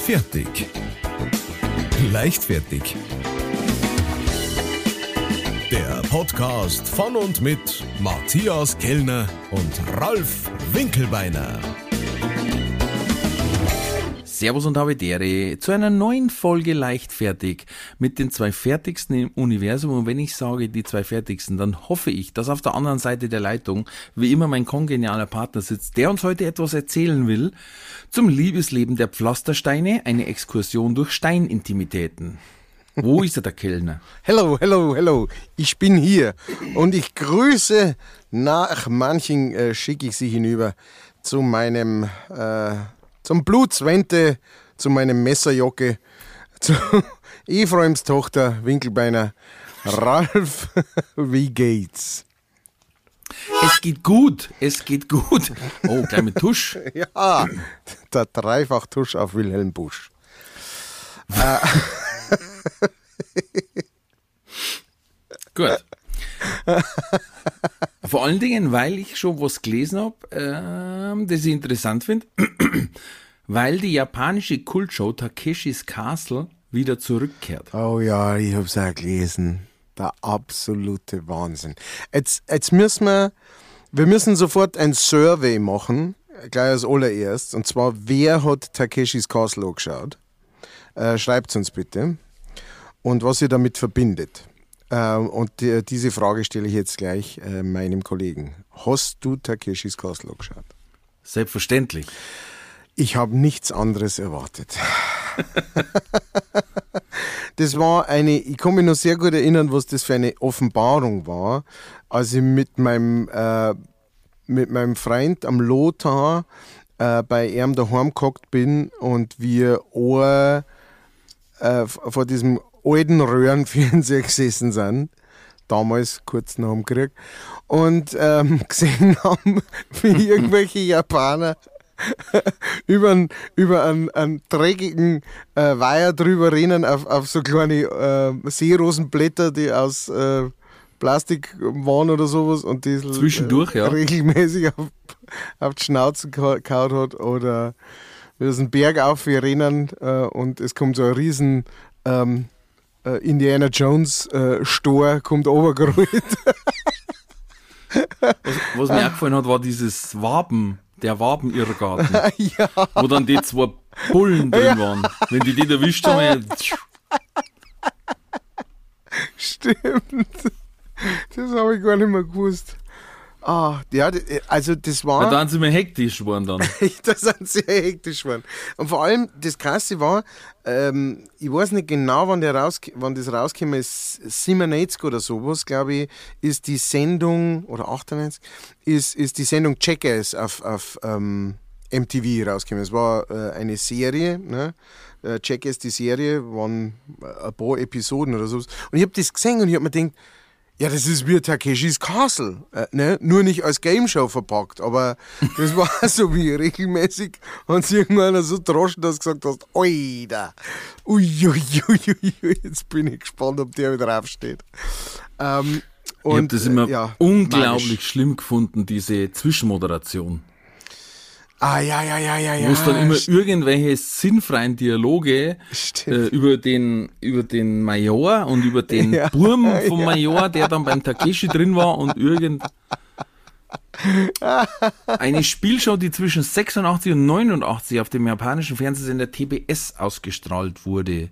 Fertig. Leichtfertig. Der Podcast von und mit Matthias Kellner und Ralf Winkelbeiner. Servus und Habitäre zu einer neuen Folge Leichtfertig mit den zwei Fertigsten im Universum. Und wenn ich sage die zwei Fertigsten, dann hoffe ich, dass auf der anderen Seite der Leitung wie immer mein kongenialer Partner sitzt, der uns heute etwas erzählen will zum Liebesleben der Pflastersteine, eine Exkursion durch Steinintimitäten. Wo ist der Kellner? Hello. Ich bin hier und ich grüße nach Manching, schicke ich Sie hinüber zu meinem... zum Blutswente, zu meinem Messerjocke, zu Ephraims Tochter Winkelbeiner. Ralf, wie geht's? Es geht gut. Oh, gleich mit Tusch. Ja, der Dreifach-Tusch auf Wilhelm Busch. Gut. Vor allen Dingen, weil ich schon was gelesen habe, das ich interessant finde, weil die japanische Kultshow Takeshis Castle wieder zurückkehrt. Oh ja, ich hab's auch gelesen. Der absolute Wahnsinn. Jetzt müssen wir müssen sofort ein Survey machen, gleich als allererst. Und zwar, wer hat Takeshis Castle angeschaut? Schreibt's uns bitte. Und was ihr damit verbindet. Und diese Frage stelle ich jetzt gleich meinem Kollegen. Hast du Takeshis Castle angeschaut? Selbstverständlich. Ich habe nichts anderes erwartet. Das war ich kann mich noch sehr gut erinnern, was das für eine Offenbarung war, als ich mit meinem Freund am Lothar bei ihm daheim gehockt bin und wir vor diesem alten Röhrenfernseher gesessen sind, damals kurz nach dem Krieg, und gesehen haben, wie irgendwelche Japaner über einen dreckigen Weiher drüber rennen auf so kleine Seerosenblätter, die aus Plastik waren oder sowas, und die zwischendurch regelmäßig auf die Schnauze gehauen hat, oder wir sind einen Berg aufrennen und es kommt so ein riesen Indiana Jones Stor kommt runtergerollt. Was mir auch gefallen hat, war dieses der Waben-Irrgarten. Ja. Wo dann die zwei Bullen drin waren. Wenn die erwischt haben, Stimmt. Das habe ich gar nicht mehr gewusst. Ja, also das war... da sind wir hektisch geworden dann. Da sind sie hektisch geworden. Und vor allem, das Krasse war, ich weiß nicht genau, wann das rausgekommen ist, 97 oder sowas, glaube ich, ist die Sendung, oder 98, ist die Sendung Jackass auf MTV rausgekommen. Es war eine Serie, ne? Jackass, die Serie, waren ein paar Episoden oder sowas. Und ich habe das gesehen und ich habe mir gedacht, ja, das ist wie Takeshis Castle, ne? Nur nicht als Gameshow verpackt, aber das war so wie regelmäßig, hat sich irgendeiner so droschen, dass du gesagt hast, Oida, jetzt bin ich gespannt, ob der wieder aufsteht. Ich habe das immer unglaublich schlimm gefunden, diese Zwischenmoderation. Ja. Wo es dann immer irgendwelche sinnfreien Dialoge über den Major und über den Burm vom Major, der dann beim Takeshi drin war, und eine Spielshow, die zwischen 86 und 89 auf dem japanischen Fernsehsender TBS ausgestrahlt wurde.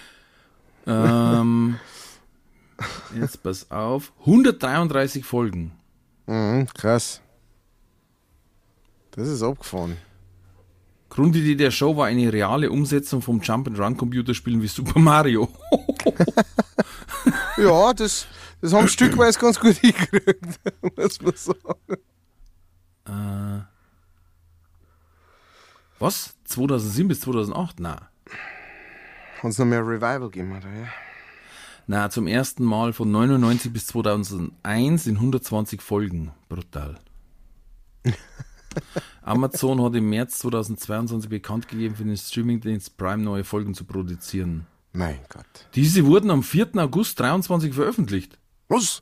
Jetzt pass auf. 133 Folgen. Krass. Das ist abgefahren. Grundidee der Show war eine reale Umsetzung vom Jump-and-Run-Computerspielen wie Super Mario. Ja, das haben stückweise ganz gut hingekriegt, muss man sagen. Was? 2007 bis 2008? Nein. Hat es noch mehr Revival gegeben, oder? Ja? Nein, zum ersten Mal von 99 bis 2001 in 120 Folgen. Brutal. Amazon hat im März 2022 bekannt gegeben, für den Streamingdienst Prime neue Folgen zu produzieren. Mein Gott. Diese wurden am 4. August 2023 veröffentlicht. Was?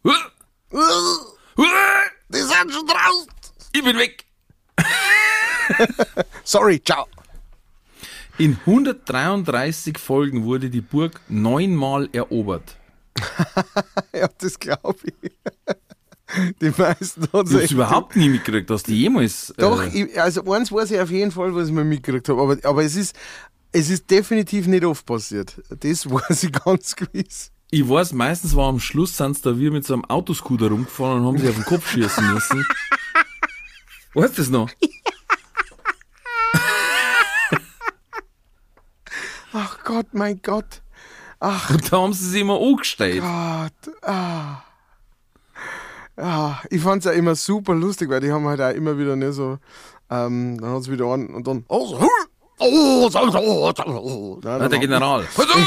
Die sind schon draußen. Ich bin weg. Sorry, ciao. In 133 Folgen wurde die Burg 9-mal erobert. Ja, das glaube ich. Die meisten hat Du hast überhaupt nie mitgekriegt, dass die jemals... Doch, also eins weiß ich auf jeden Fall, was ich mal mitgekriegt habe, aber es ist definitiv nicht oft passiert. Das weiß ich ganz gewiss. Ich weiß, meistens war am Schluss, sind sie da wir mit so einem Autoscooter rumgefahren und haben sich auf den Kopf schießen müssen. Weißt du das noch? Ach Gott, mein Gott. Ach Und da haben sie sich immer angestellt. Gott. Ich fand es ja immer super lustig, weil die haben halt auch immer wieder nicht so, dann hat es wieder einen und dann, Der General.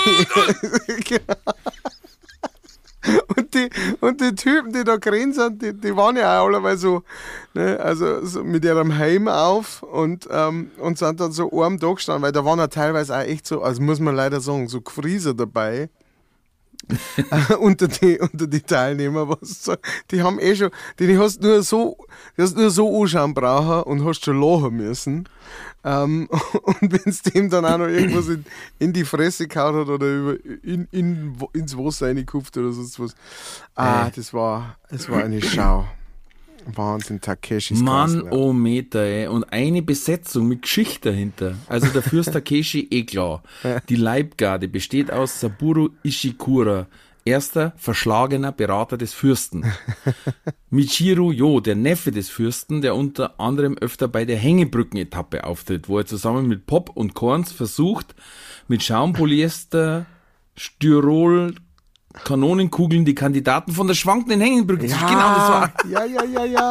Und die Typen, die da drin sind, die waren ja auch alle so, ne, also so mit ihrem Helm auf und sind dann so arm da gestanden, weil da waren ja teilweise auch echt so, also muss man leider sagen, so Gefrieser dabei. unter die Teilnehmer, die haben schon, die hast nur so anschauen brauchen und hast schon lachen müssen. Und wenn es dem dann auch noch irgendwas in die Fresse gehauen hat oder ins Wasser reingekupft oder sonst was. Das war eine Schau. Wahnsinn, Takeshis Mann, Castle. oh Meter, ey. Und eine Besetzung mit Geschichte dahinter. Also der Fürst Takeshi, klar. Die Leibgarde besteht aus Saburo Ishikura, erster verschlagener Berater des Fürsten. Michiru Yo, der Neffe des Fürsten, der unter anderem öfter bei der Hängebrücken-Etappe auftritt, wo er zusammen mit Pop und Korns versucht, mit Schaumpolyester, Styrol, Kanonenkugeln die Kandidaten von der schwankenden Hängebrücke zu... Genau, das war... Ja.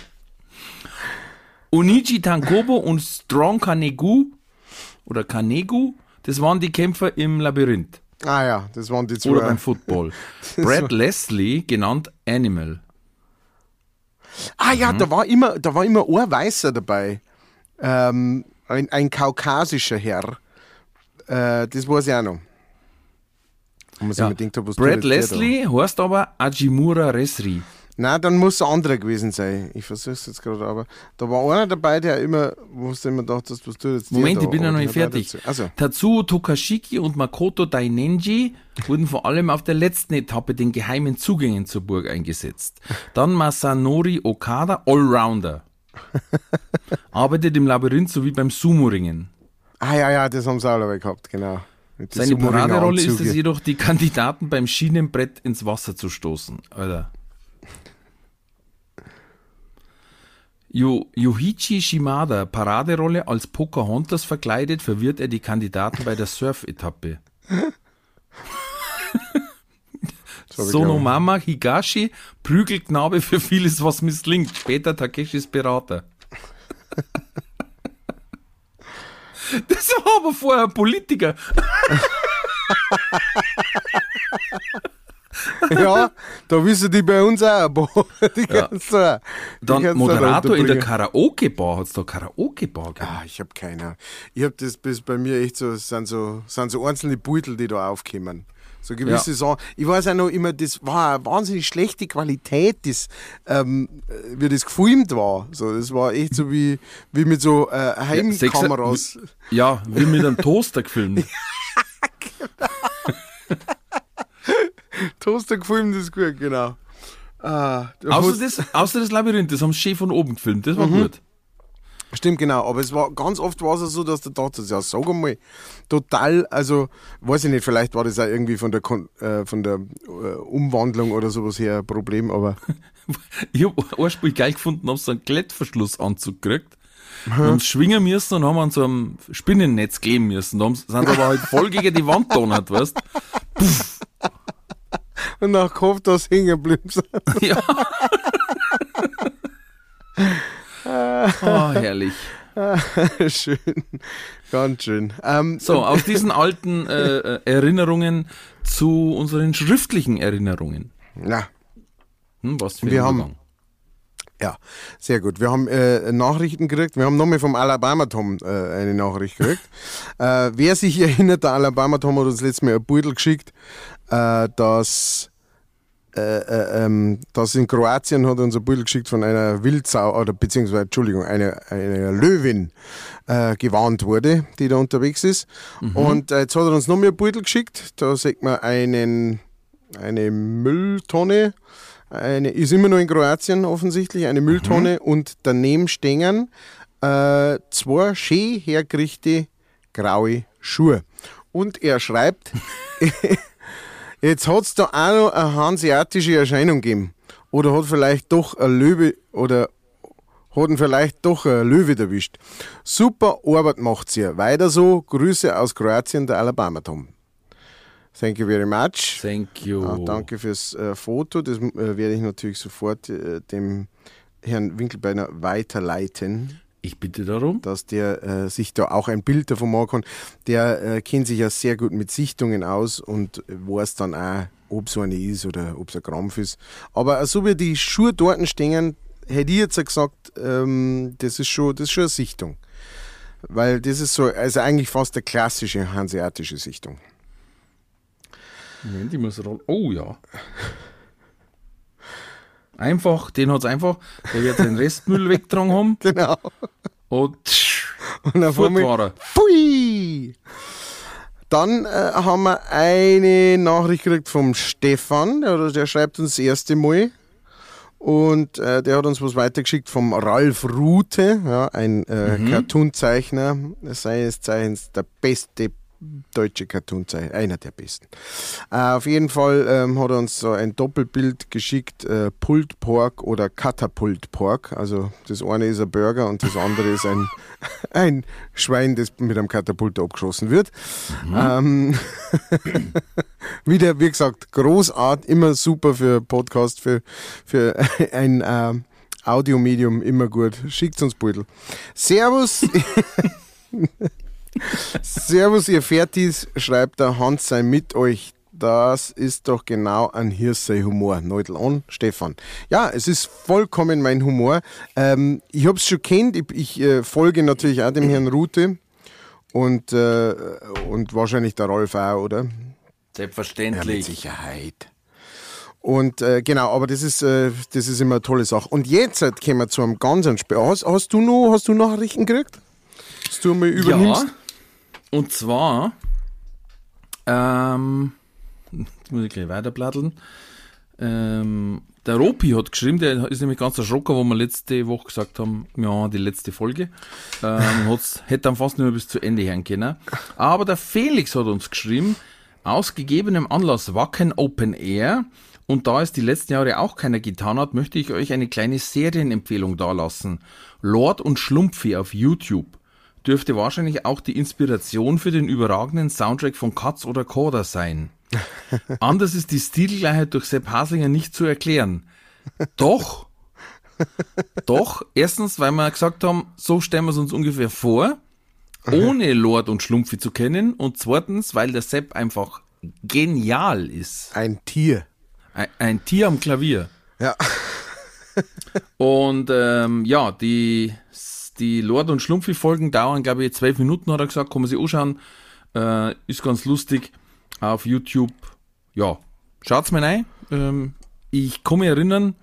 Onichi Tankobo und Strong Kanegu, das waren die Kämpfer im Labyrinth. Ja, das waren die zwei. Oder beim Football. Brad Leslie, genannt Animal. Da war immer ein Weißer dabei. Ein kaukasischer Herr. Das weiß ich auch noch. Brad Leslie heißt aber Ajimura Resri. Nein, dann muss es ein anderer gewesen sein. Ich versuche es jetzt gerade, aber da war einer dabei, der immer, wo du immer dachtest, was du jetzt... Moment, ich bin ja noch nicht fertig. Also. Tatsuo Tokashiki und Makoto Dainenji wurden vor allem auf der letzten Etappe den geheimen Zugängen zur Burg eingesetzt. Dann Masanori Okada, Allrounder. Arbeitet im Labyrinth sowie beim Sumo-Ringen. Ja, das haben sie auch dabei gehabt, genau. Seine Paraderolle ist es jedoch, die Kandidaten beim Schienenbrett ins Wasser zu stoßen. Alter. Yoichi Shimada, Paraderolle als Pocahontas verkleidet, verwirrt er die Kandidaten bei der Surf-Etappe. Sonomama Higashi, Prügelknabe für vieles, was misslingt. Später Takeshis Berater. Das war aber vorher ein Politiker. Ja, da wissen die bei uns auch. Dann Moderator in der Karaoke-Bar. Hat es da Karaoke-Bar gegeben? Ich habe keine Ahnung. Ich habe das bis bei mir echt so, sind so einzelne Beutel, die da aufkommen. So gewisse Sachen. Ich weiß auch noch immer, das war eine wahnsinnig schlechte Qualität, wie das gefilmt war. So, das war echt so wie mit so Heimkameras. Ja, wie mit einem Toaster gefilmt. Toaster gefilmt ist gut, genau. Außer das Labyrinth, das haben sie schön von oben gefilmt, das war gut. Stimmt, genau, aber es war ganz oft war es so, dass du dachtest, ja, sag einmal, total, also, weiß ich nicht, vielleicht war das auch irgendwie von der Umwandlung oder sowas her ein Problem, aber... Ich habe ein Spiel geil gefunden, haben so einen Klettverschlussanzug gekriegt, haben sie schwingen müssen und haben an so einem Spinnennetz kleben müssen, da sind sie aber halt voll gegen die Wand donnert, weißt du? Und nach gehofft, dass sie hängen geblieben sind. Ja. Oh, herrlich. Schön, ganz schön. So, aus diesen alten Erinnerungen zu unseren schriftlichen Erinnerungen. Ja. Was für ein Übergang. Ja, sehr gut. Wir haben Nachrichten gekriegt. Wir haben nochmal vom Alabama Tom eine Nachricht gekriegt. Wer sich erinnert, der Alabama Tom hat uns letztes Mal ein Beutel geschickt, dass das in Kroatien hat uns ein Bild geschickt von einer Wildsau, oder beziehungsweise, Entschuldigung, einer Löwin gewarnt wurde, die da unterwegs ist. Und jetzt hat er uns noch mehr ein Bild geschickt. Da sieht man eine Mülltonne, ist immer noch in Kroatien offensichtlich, eine Mülltonne und daneben stehen zwei schön hergerichtete graue Schuhe. Und er schreibt, jetzt hat es da auch noch eine hanseatische Erscheinung gegeben. Oder hat vielleicht doch ein Löwe oder hat ihn vielleicht doch ein Löwe erwischt. Super Arbeit macht's ihr. Weiter so. Grüße aus Kroatien, der Alabama Tom. Thank you very much. Thank you. Danke fürs Foto. Das werde ich natürlich sofort dem Herrn Winkelbeiner weiterleiten. Ich bitte darum. Dass der sich da auch ein Bild davon machen kann. Der kennt sich ja sehr gut mit Sichtungen aus und weiß dann auch, ob es eine ist oder ob es ein Krampf ist. Aber so wie die Schuhe dort stehen, hätte ich jetzt gesagt, das ist schon eine Sichtung. Weil das ist so, also eigentlich fast eine klassische hanseatische Sichtung. Moment, ich muss rollen. Oh ja. Einfach, den hat es einfach, der wird den Restmüll weggetragen haben. Genau. Und dann war er. Pfui! Dann haben wir eine Nachricht gekriegt vom Stefan, der schreibt uns das erste Mal. Und der hat uns was weitergeschickt vom Ralf Rute, ja, ein Cartoonzeichner, seines Zeichens der beste deutsche Cartoonzeichner, einer der besten. Auf jeden Fall hat er uns so ein Doppelbild geschickt, Pulled Pork oder Catapult Pork. Also das eine ist ein Burger und das andere ist ein Schwein, das mit einem Katapult abgeschossen wird. Wieder, wie gesagt, großartig, immer super für Podcast, für ein Audiomedium, immer gut. Schickt uns Beutel. Servus. Servus, ihr Fertis, schreibt der Hans sei mit euch. Das ist doch genau ein Hirse-Humor. Neudel an, Stefan. Ja, es ist vollkommen mein Humor. Ich habe es schon kennt. Ich folge natürlich auch dem Herrn Rute und wahrscheinlich der Rolf auch, oder? Selbstverständlich. Ja, mit Sicherheit. Und genau, aber das ist immer eine tolle Sache. Und jetzt kommen wir zu einem ganz Spiel. Hast du Nachrichten gekriegt? Dass du mal übernimmst? Ja, und zwar, jetzt muss ich gleich weiterbladdeln. Der Ropi hat geschrieben, der ist nämlich ganz erschrocken, wo wir letzte Woche gesagt haben, ja, die letzte Folge. Hätte dann fast nicht mehr bis zu Ende hören können. Aber der Felix hat uns geschrieben, aus gegebenem Anlass Wacken Open Air. Und da es die letzten Jahre auch keiner getan hat, möchte ich euch eine kleine Serienempfehlung dalassen. Lord und Schlumpfi auf YouTube. Dürfte wahrscheinlich auch die Inspiration für den überragenden Soundtrack von Katz oder Korda sein. Anders ist die Stilgleichheit durch Sepp Haslinger nicht zu erklären. Doch, erstens, weil wir gesagt haben, so stellen wir es uns ungefähr vor, ohne Lord und Schlumpfi zu kennen, und zweitens, weil der Sepp einfach genial ist. Ein Tier. Ein Tier am Klavier. Ja. Und ja, die Lord- und Schlumpfi-Folgen dauern, glaube ich, 12 Minuten, hat er gesagt, kann man sich anschauen. Ist ganz lustig auf YouTube. Ja, schaut's mal rein. Ich kann mich erinnern,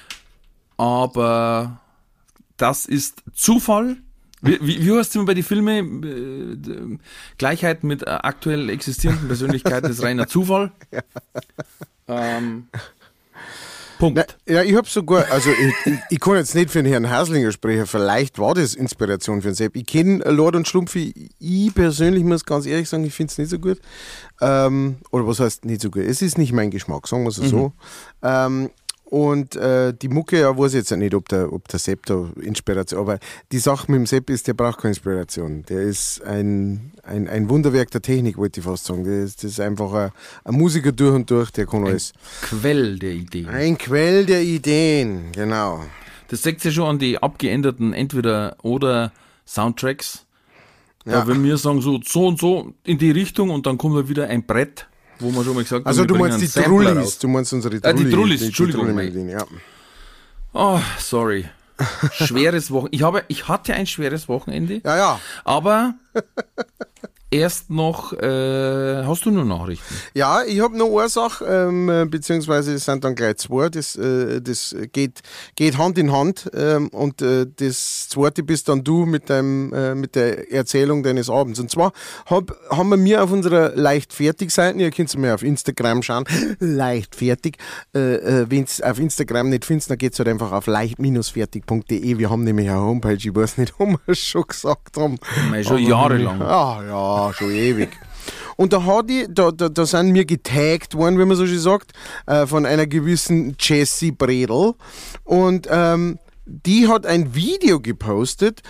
aber das ist Zufall. Wie heißt es immer bei den Filmen? Gleichheit mit aktuell existierenden Persönlichkeiten ist reiner Zufall. Ja. Punkt. Na, ja, ich habe sogar, also ich kann jetzt nicht für den Herrn Haslinger sprechen, vielleicht war das Inspiration für den Sepp. Ich kenne Lord und Schlumpfi, ich persönlich muss ganz ehrlich sagen, ich finde es nicht so gut. Oder was heißt nicht so gut? Es ist nicht mein Geschmack, sagen wir es so. Und die Mucke, ja, weiß ich jetzt nicht, ob der Sepp da Inspiration, aber die Sache mit dem Sepp ist, der braucht keine Inspiration. Der ist ein Wunderwerk der Technik, wollte ich fast sagen. Das ist einfach ein Musiker durch und durch, der kann alles. Quell der Ideen. Ein Quell der Ideen, genau. Das sagt sich schon an die abgeänderten Entweder-oder-Soundtracks. Ja. Wenn wir sagen, so und so in die Richtung und dann kommt wieder ein Brett, wo man schon mal gesagt hat, also du meinst die Trullis, du meinst unsere Trullis. Die Trullis, Entschuldigung. Ja. Oh, sorry. Schweres Wochenende. Ich hatte ein schweres Wochenende. Ja. Aber erst noch, hast du nur Nachrichten? Ja, ich habe noch eine Sache, beziehungsweise es sind dann gleich zwei, das geht Hand in Hand und das zweite bist dann du mit der Erzählung deines Abends. Und zwar haben wir mir auf unserer Leichtfertig-Seite, ihr könnt es mir auf Instagram schauen, leichtfertig, wenn es auf Instagram nicht findest, dann geht es halt einfach auf leicht-fertig.de. Wir haben nämlich eine Homepage, ich weiß nicht, ob wir es schon gesagt haben. Schon jahrelang. Ja, schon ewig. Und da sind wir getaggt worden, wie man so schön sagt, von einer gewissen Jessie Bredel. Und die hat ein Video gepostet,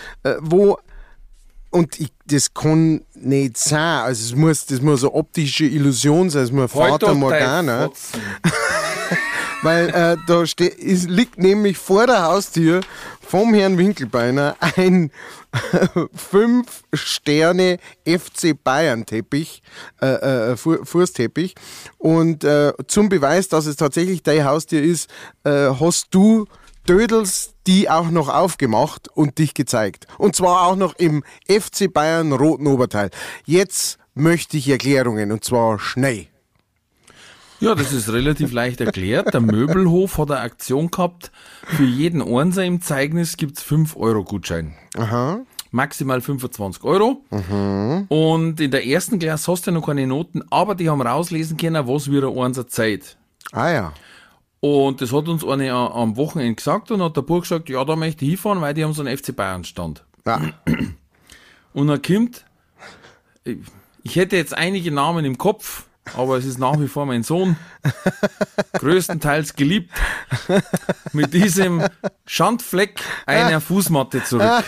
das kann nicht sein, also das muss eine optische Illusion sein, es muss Fata Morgana. Weil liegt nämlich vor der Haustür vom Herrn Winkelbeiner ein 5-Sterne FC Bayern Teppich, Fußteppich. Und zum Beweis, dass es tatsächlich dein Haustür ist, hast du Dödels die auch noch aufgemacht und dich gezeigt. Und zwar auch noch im FC Bayern roten Oberteil. Jetzt möchte ich Erklärungen, und zwar schnell. Ja, das ist relativ leicht erklärt. Der Möbelhof hat eine Aktion gehabt. Für jeden Einser im Zeugnis gibt's 5-Euro-Gutschein. Aha. Maximal 25 Euro. Mhm. Und in der ersten Klasse hast du ja noch keine Noten, aber die haben rauslesen können, was wir ein Einser Zeit. Ah ja. Und das hat uns eine am Wochenende gesagt und hat der Bub gesagt, ja, da möchte ich hinfahren, weil die haben so einen FC Bayern Stand. Ja. Und er kommt, ich hätte jetzt einige Namen im Kopf, aber es ist nach wie vor mein Sohn, größtenteils geliebt, mit diesem Schandfleck einer Fußmatte zurück.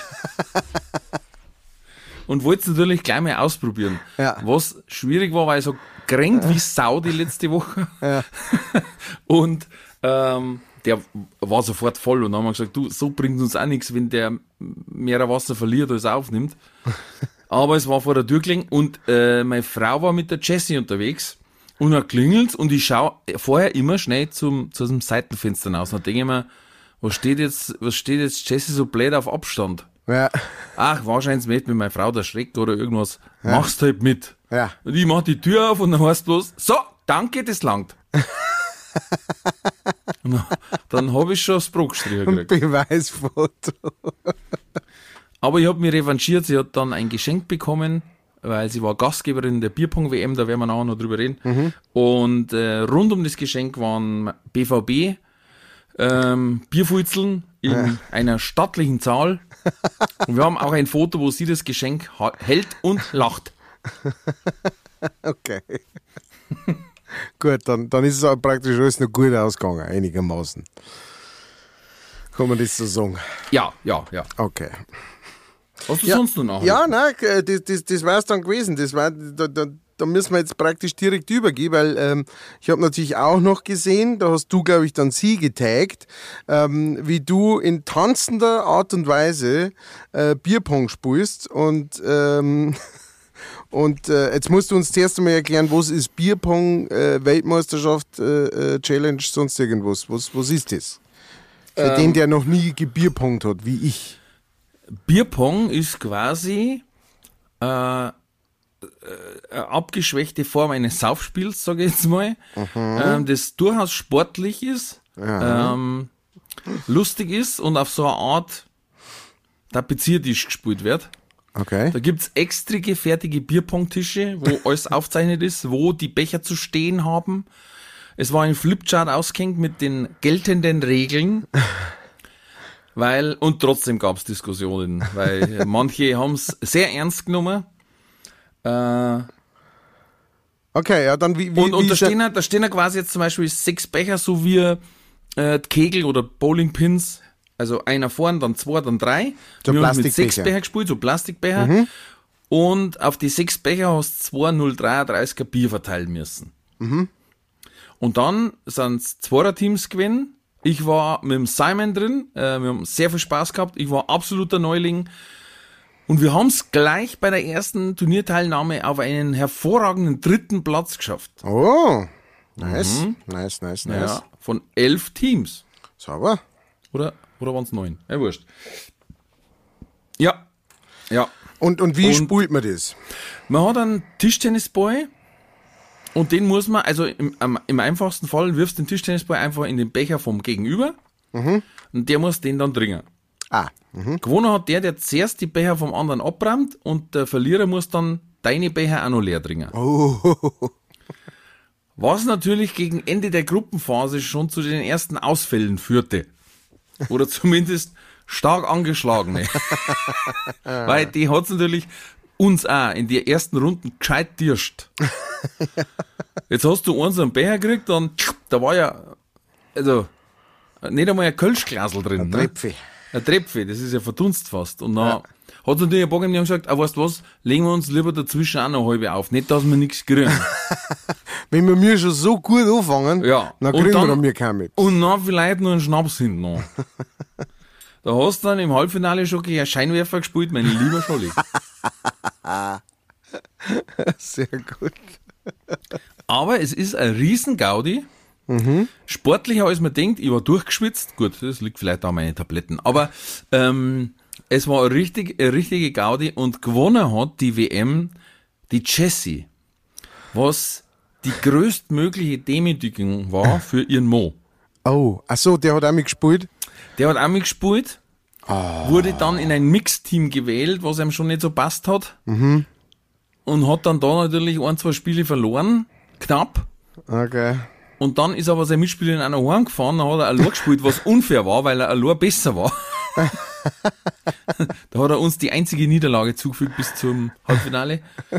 Und wollte es natürlich gleich mal ausprobieren. Ja. Was schwierig war, weil ich so kränkt wie Sau die letzte Woche. Ja. Und der war sofort voll und dann haben wir gesagt, du, so bringt uns auch nichts, wenn der mehr Wasser verliert als aufnimmt. Aber es war vor der Tür gelegen und meine Frau war mit der Jessie unterwegs und dann klingelt's und ich schaue vorher immer schnell zu diesem Seitenfenster raus. Und dann denke ich mir, was steht jetzt Jessie so blöd auf Abstand? Ja. Ach, wahrscheinlich möchte mit meiner Frau der Schreck oder irgendwas. Ja. Machst halt mit. Ja. Und ich mach die Tür auf und dann heißt bloß, so, danke, das langt. Dann habe ich schon das Brotgestriche gekriegt. Beweisfoto. Aber ich habe mich revanchiert, sie hat dann ein Geschenk bekommen, weil sie war Gastgeberin der Bierpong-WM, da werden wir nachher noch drüber reden. Mhm. Und rund um das Geschenk waren BVB, Bierfuzeln in einer stattlichen Zahl. Und wir haben auch ein Foto, wo sie das Geschenk hält und lacht. Okay. Gut, dann ist es auch praktisch alles noch gut ausgegangen, einigermaßen. Kann man das so sagen? Ja. Okay. Hast du sonst noch Nachrichten? Ja, nein, das war es dann gewesen. Da müssen wir jetzt praktisch direkt übergehen, weil ich habe natürlich auch noch gesehen, da hast du, glaube ich, dann sie getaggt, wie du in tanzender Art und Weise Bierpong spielst und jetzt musst du uns zuerst einmal erklären, was ist Bierpong, Weltmeisterschaft, Challenge, sonst irgendwas. Was ist das? Für den, der noch nie gebierpongt hat, wie ich. Bierpong ist quasi eine abgeschwächte Form eines Saufspiels, sage ich jetzt mal, das durchaus sportlich ist, lustig ist und auf so eine Art Tapeziertisch gespielt wird. Okay. Da gibt's extra fertige Bierpongtische, wo alles aufgezeichnet ist, wo die Becher zu stehen haben. Es war ein Flipchart ausgehängt mit den geltenden Regeln. Und trotzdem gab's Diskussionen, weil manche haben's sehr ernst genommen. Okay, ja, dann wie und da stehen ja quasi jetzt zum Beispiel 6 Becher, so wie Kegel oder Bowlingpins. Also einer vorn, dann 2, dann 3. So wir haben mit 6 Plastikbecher. Becher gespielt, so Plastikbecher. Mhm. Und auf die 6 Becher hast du 2 0,33er Bier verteilen müssen. Mhm. Und dann sind's 2er-Teams gewesen. Ich war mit dem Simon drin. Wir haben sehr viel Spaß gehabt. Ich war absoluter Neuling. Und wir haben es gleich bei der ersten Turnierteilnahme auf einen hervorragenden 3. Platz geschafft. Oh, nice. Nice. Ja, von 11 Teams. Sauber. Oder waren es 9? Ja, wurscht. Ja. Und wie spielt man das? Man hat einen Tischtennisball und den muss man, also im einfachsten Fall wirfst du den Tischtennisball einfach in den Becher vom Gegenüber und der muss den dann trinken. Gewonnen hat der zuerst die Becher vom anderen abräumt und der Verlierer muss dann deine Becher auch noch leer trinken. Was natürlich gegen Ende der Gruppenphase schon zu den ersten Ausfällen führte. Oder zumindest stark angeschlagene. Weil die hat's natürlich uns auch in die ersten Runden gescheit dirscht. Jetzt hast du einen so einen Becher gekriegt, dann, da war ja, also, nicht einmal ein Kölschglasel drin. Ein Tröpfchen. Ein Tröpfchen, das ist ja verdunst fast. Und dann hat natürlich ein paar gegeben, die haben gesagt, weißt du was, legen wir uns lieber dazwischen auch noch eine halbe auf. Nicht, dass wir nichts kriegen. Wenn wir mir schon so gut anfangen, Ja. dann kriegen wir mir keinen mit. Und dann vielleicht noch einen Schnaps hinten noch. Da hast du dann im Halbfinale schon gegen einen Scheinwerfer gespielt, mein lieber Scholli. Sehr gut. Aber es ist ein Riesen-Gaudi. Sportlicher als man denkt. Ich war durchgeschwitzt. Gut, das liegt vielleicht an meinen Tabletten. Aber es war eine richtige Gaudi und gewonnen hat die WM die Jessie. Was die größtmögliche Demütigung war für ihren Mo. Oh, ach so, der hat auch mitgespielt? Der hat auch mitgespielt, wurde dann in ein Mixteam gewählt, was ihm schon nicht so passt hat. Und hat dann da natürlich 1-2 Spiele verloren, knapp. Okay. Und dann ist aber sein Mitspieler in einer heimgefahren, dann hat er allein gespielt, was unfair war, weil er allein besser war. Da hat er uns die einzige Niederlage zugefügt bis zum Halbfinale.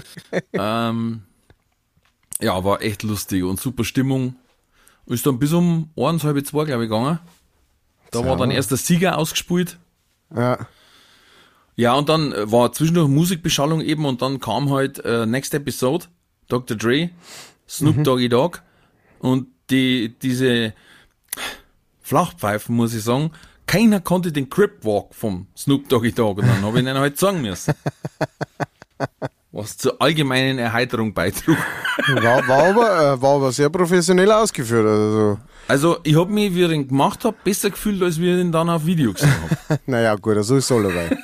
Ja, war echt lustig und super Stimmung. Ist dann bis um 1, halb 2, glaube ich, gegangen. Da war dann erst der Sieger ausgespielt. Ja. Ja, und dann war zwischendurch Musikbeschallung eben und dann kam halt Next Episode, Dr. Dre, Snoop Doggy Dogg und diese Flachpfeifen, muss ich sagen, keiner konnte den Crip Walk vom Snoop Doggy Dogg und dann habe ich ihnen halt sagen müssen. Was zur allgemeinen Erheiterung beitrug. War aber sehr professionell ausgeführt. Also ich habe mich, wie ich ihn gemacht habe, besser gefühlt, als wie ich ihn dann auf Video gesehen habe. Naja, gut, so ist es alleweil.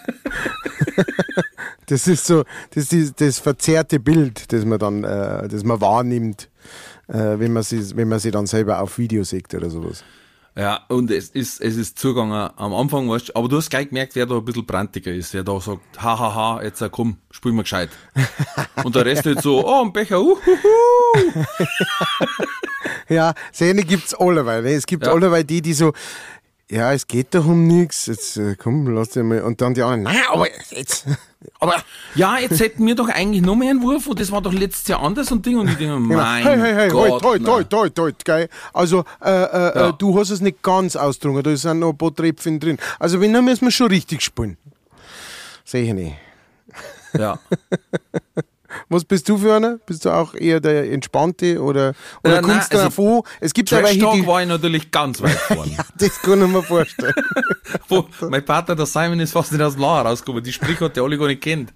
Das ist so, das verzerrte Bild, das man dann, das man wahrnimmt, wenn man sie dann selber auf Video sieht oder sowas. Ja, und es ist zugegangen am Anfang, weißt du, aber du hast gleich gemerkt, wer da ein bisschen brandiger ist, wer da sagt, hahaha, jetzt komm, spiel mal gescheit. Und der Rest halt so, oh, ein Becher, Ja, Szene gibt's alleweil, ne? Es gibt alleweil die so, ja, es geht doch um nichts, jetzt komm, lass dir mal, und dann die anderen, nein, aber jetzt, ja, jetzt hätten wir doch eigentlich noch mehr einen Wurf und das war doch letztes Jahr anders und Ding und ich denke, mein hey, Gott. halt, geil. Also, du hast es nicht ganz ausgedrungen, da sind noch ein paar Tröpfchen drin. Also, wenn, dann müssen wir schon richtig spielen. Sehe ich nicht. Ja. Was bist du für einer? Bist du auch eher der Entspannte oder kommst du davon? Es gibt aber Trash Talk war ich natürlich ganz weit vorne. Ja, das kann ich mir vorstellen. Wo mein Vater, der Simon, ist fast nicht aus dem Lager rausgekommen. Die Sprichworte alle gar nicht kennt.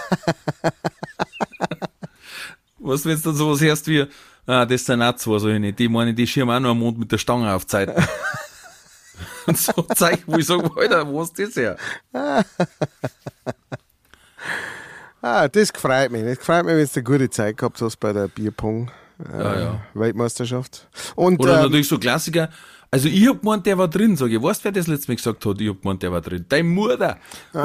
Was, wenn du dann sowas hörst wie, das sind auch zwei solche, die meinen, die schirmen auch noch am Mond mit der Stange auf Zeit. Und so Zeichen, wo ich sage, Alter, wo ist das her? Das freut mich. Das freut mich, wenn du eine gute Zeit gehabt hast bei der Bierpong Weltmeisterschaft. Und, oder natürlich so Klassiker. Also ich hab gemeint, der war drin, sag ich. Weißt du, wer das letztes Mal gesagt hat? Ich hab gemeint, der war drin. Deine Mutter.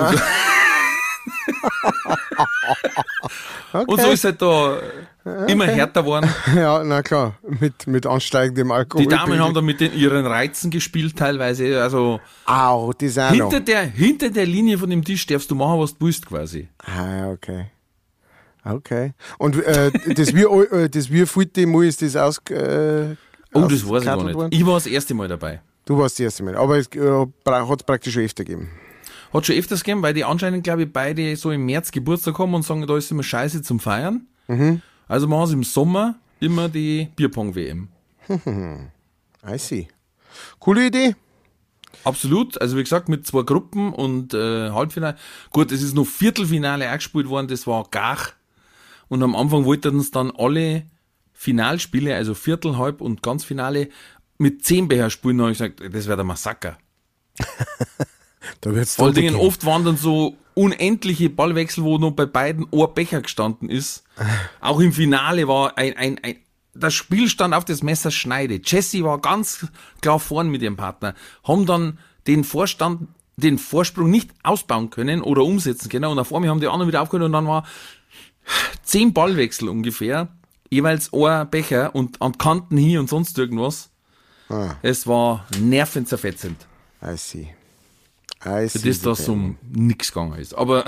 Okay. Und so ist halt da immer härter geworden. Ja, na klar, mit ansteigendem Alkohol. Die Damen haben da mit ihren Reizen gespielt teilweise. Also au, das auch noch. Hinter der Linie von dem Tisch darfst du machen, was du willst quasi. Ah, okay. Okay. Und das wievielte Mal ist das das weiß ich gar nicht. Worden? Ich war das erste Mal dabei. Du warst das erste Mal. Aber es hat es praktisch schon öfter gegeben. Hat schon öfters gegeben, weil die anscheinend, glaube ich, beide so im März Geburtstag haben und sagen, da ist immer scheiße zum Feiern. Also machen sie im Sommer immer die Bierpong-WM. I see. Coole Idee. Absolut. Also wie gesagt, mit 2 Gruppen und Halbfinale. Gut, es ist noch Viertelfinale auch gespielt worden, das war gar. Und am Anfang wollten uns dann alle Finalspiele, also Viertel, Halb und Ganzfinale, mit 10 Becher spielen. Da habe ich gesagt, das wäre der Massaker. Da wird's Vor allen Dingen oft waren dann so unendliche Ballwechsel, wo noch bei beiden ein Becher gestanden ist. Auch im Finale war das Spiel stand auf das Messer Schneide. Jessie war ganz klar vorn mit ihrem Partner, haben dann den Vorsprung nicht ausbauen können oder umsetzen können und auf einmal haben die anderen wieder aufgehört und dann war 10 Ballwechsel ungefähr, jeweils ein Becher und an Kanten hin und sonst irgendwas. Es war nervenzerfetzend. I see. Für das, dass um nichts gegangen ist. Aber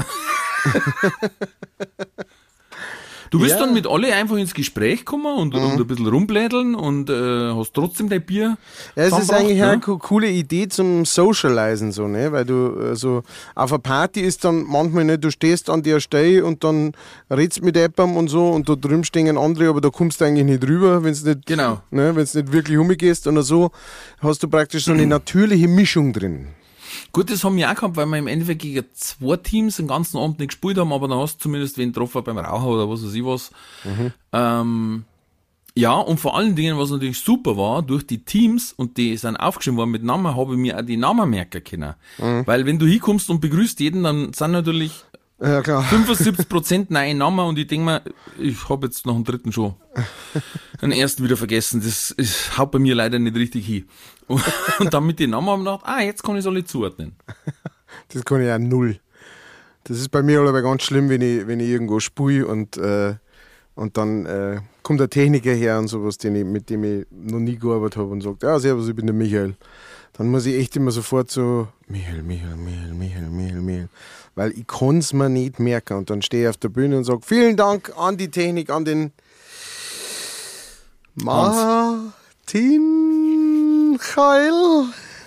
du bist dann mit alle einfach ins Gespräch gekommen und ein bisschen rumblädeln und hast trotzdem dein Bier. Ja, es ist eigentlich eine coole Idee zum Socialisen, so, ne? Weil du so auf einer Party ist dann manchmal nicht, du stehst an der Stelle und dann redst mit jemandem und so und da drüben stehen andere, aber da kommst du eigentlich nicht rüber, wenn es nicht, ne, wenn's nicht wirklich umgehst oder so, hast du praktisch so eine natürliche Mischung drin. Gut, das haben wir auch gehabt, weil wir im Endeffekt gegen 2 Teams den ganzen Abend nicht gespielt haben, aber dann hast du zumindest wen getroffen beim Rauchen oder was weiß ich was. Ja, und vor allen Dingen, was natürlich super war, durch die Teams, und die sind aufgeschrieben worden mit Namen, habe ich mir auch die Namen merken können. Weil wenn du hinkommst und begrüßt jeden, dann sind natürlich 75% neue Namen und ich denke mir, ich habe jetzt noch einen dritten schon den ersten wieder vergessen. Das haut bei mir leider nicht richtig hin. Und dann mit den Namen haben wir gedacht, jetzt kann ich es alle zuordnen. Das kann ich auch null. Das ist bei mir aber ganz schlimm, wenn ich irgendwo spiele und dann kommt der Techniker her und sowas, mit dem ich noch nie gearbeitet habe und sagt, servus, ich bin der Michael. Dann muss ich echt immer sofort so, Michael. Weil ich kann es mir nicht merken. Und dann stehe ich auf der Bühne und sage, vielen Dank an die Technik, an den Martin Keil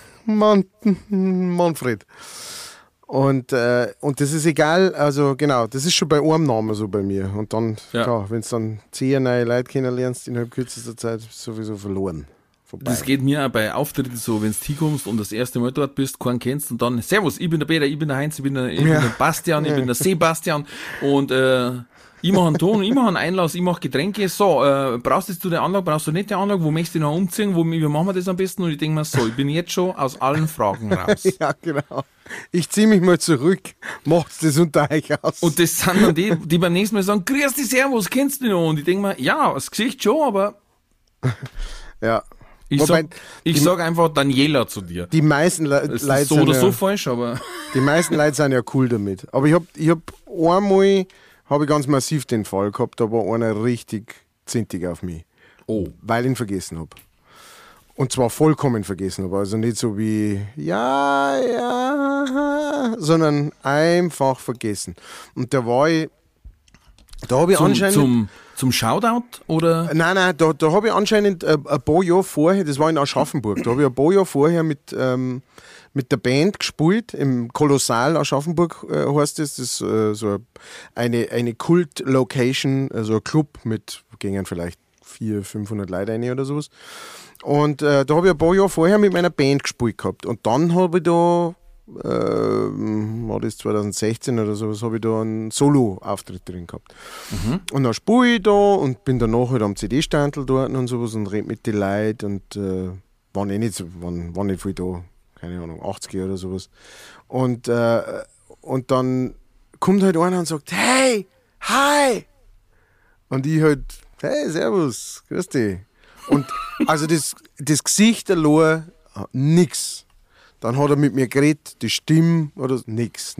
Manfred. Und das ist egal, also genau, das ist schon bei einem Namen so bei mir. Und dann, klar, wenn du dann 10 neue Leute kennenlernst innerhalb kürzester Zeit, bist du sowieso verloren. Vorbei. Das geht mir auch bei Auftritten so, wenn du hinkommst und das erste Mal dort bist, keinen kennst und dann, servus, ich bin der Peter, ich bin der Heinz, ich bin der Bastian, ich bin der Sebastian und ich mache einen Ton, ich mache einen Einlass, ich mache Getränke, so, brauchst du die Anlage, brauchst du nicht die Anlage, wo möchtest du noch umziehen, wie machen wir das am besten? Und ich denke mir so, ich bin jetzt schon aus allen Fragen raus. Ja, genau. Ich ziehe mich mal zurück, macht's das unter euch aus. Und das sind dann die beim nächsten Mal sagen, grüß dich, servus, kennst du mich noch? Und ich denke mir, ja, das Gesicht schon, aber ja. Ich sag einfach Daniela zu dir. Die meisten Leute sind so oder so falsch, aber die meisten Leute sind ja cool damit. Aber ich hab einmal ganz massiv den Fall gehabt, da war einer richtig zintig auf mich. Oh. Weil ich ihn vergessen habe. Und zwar vollkommen vergessen habe. Also nicht so wie sondern einfach vergessen. Und da habe ich anscheinend... Zum Shoutout, oder? Nein, da habe ich anscheinend ein paar Jahre vorher, das war in Aschaffenburg, da habe ich ein paar Jahre vorher mit der Band gespielt, im Kolossal Aschaffenburg heißt das. Das ist so eine Kult-Location, also ein Club mit, gingen vielleicht 400-500 Leute rein oder sowas. Und da habe ich ein paar Jahre vorher mit meiner Band gespielt gehabt. Und dann habe ich da, war das 2016 oder sowas, habe ich da einen Solo-Auftritt drin gehabt. Und dann spiele ich da und bin danach halt am CD-Standel dort und sowas und rede mit den Leuten und waren nicht viel da, keine Ahnung, 80 oder sowas. Und dann kommt halt einer und sagt, hey, hi! Und ich halt, hey, servus, grüß dich. Und also das Gesicht allein, nix. Dann hat er mit mir geredet, die Stimme oder nix.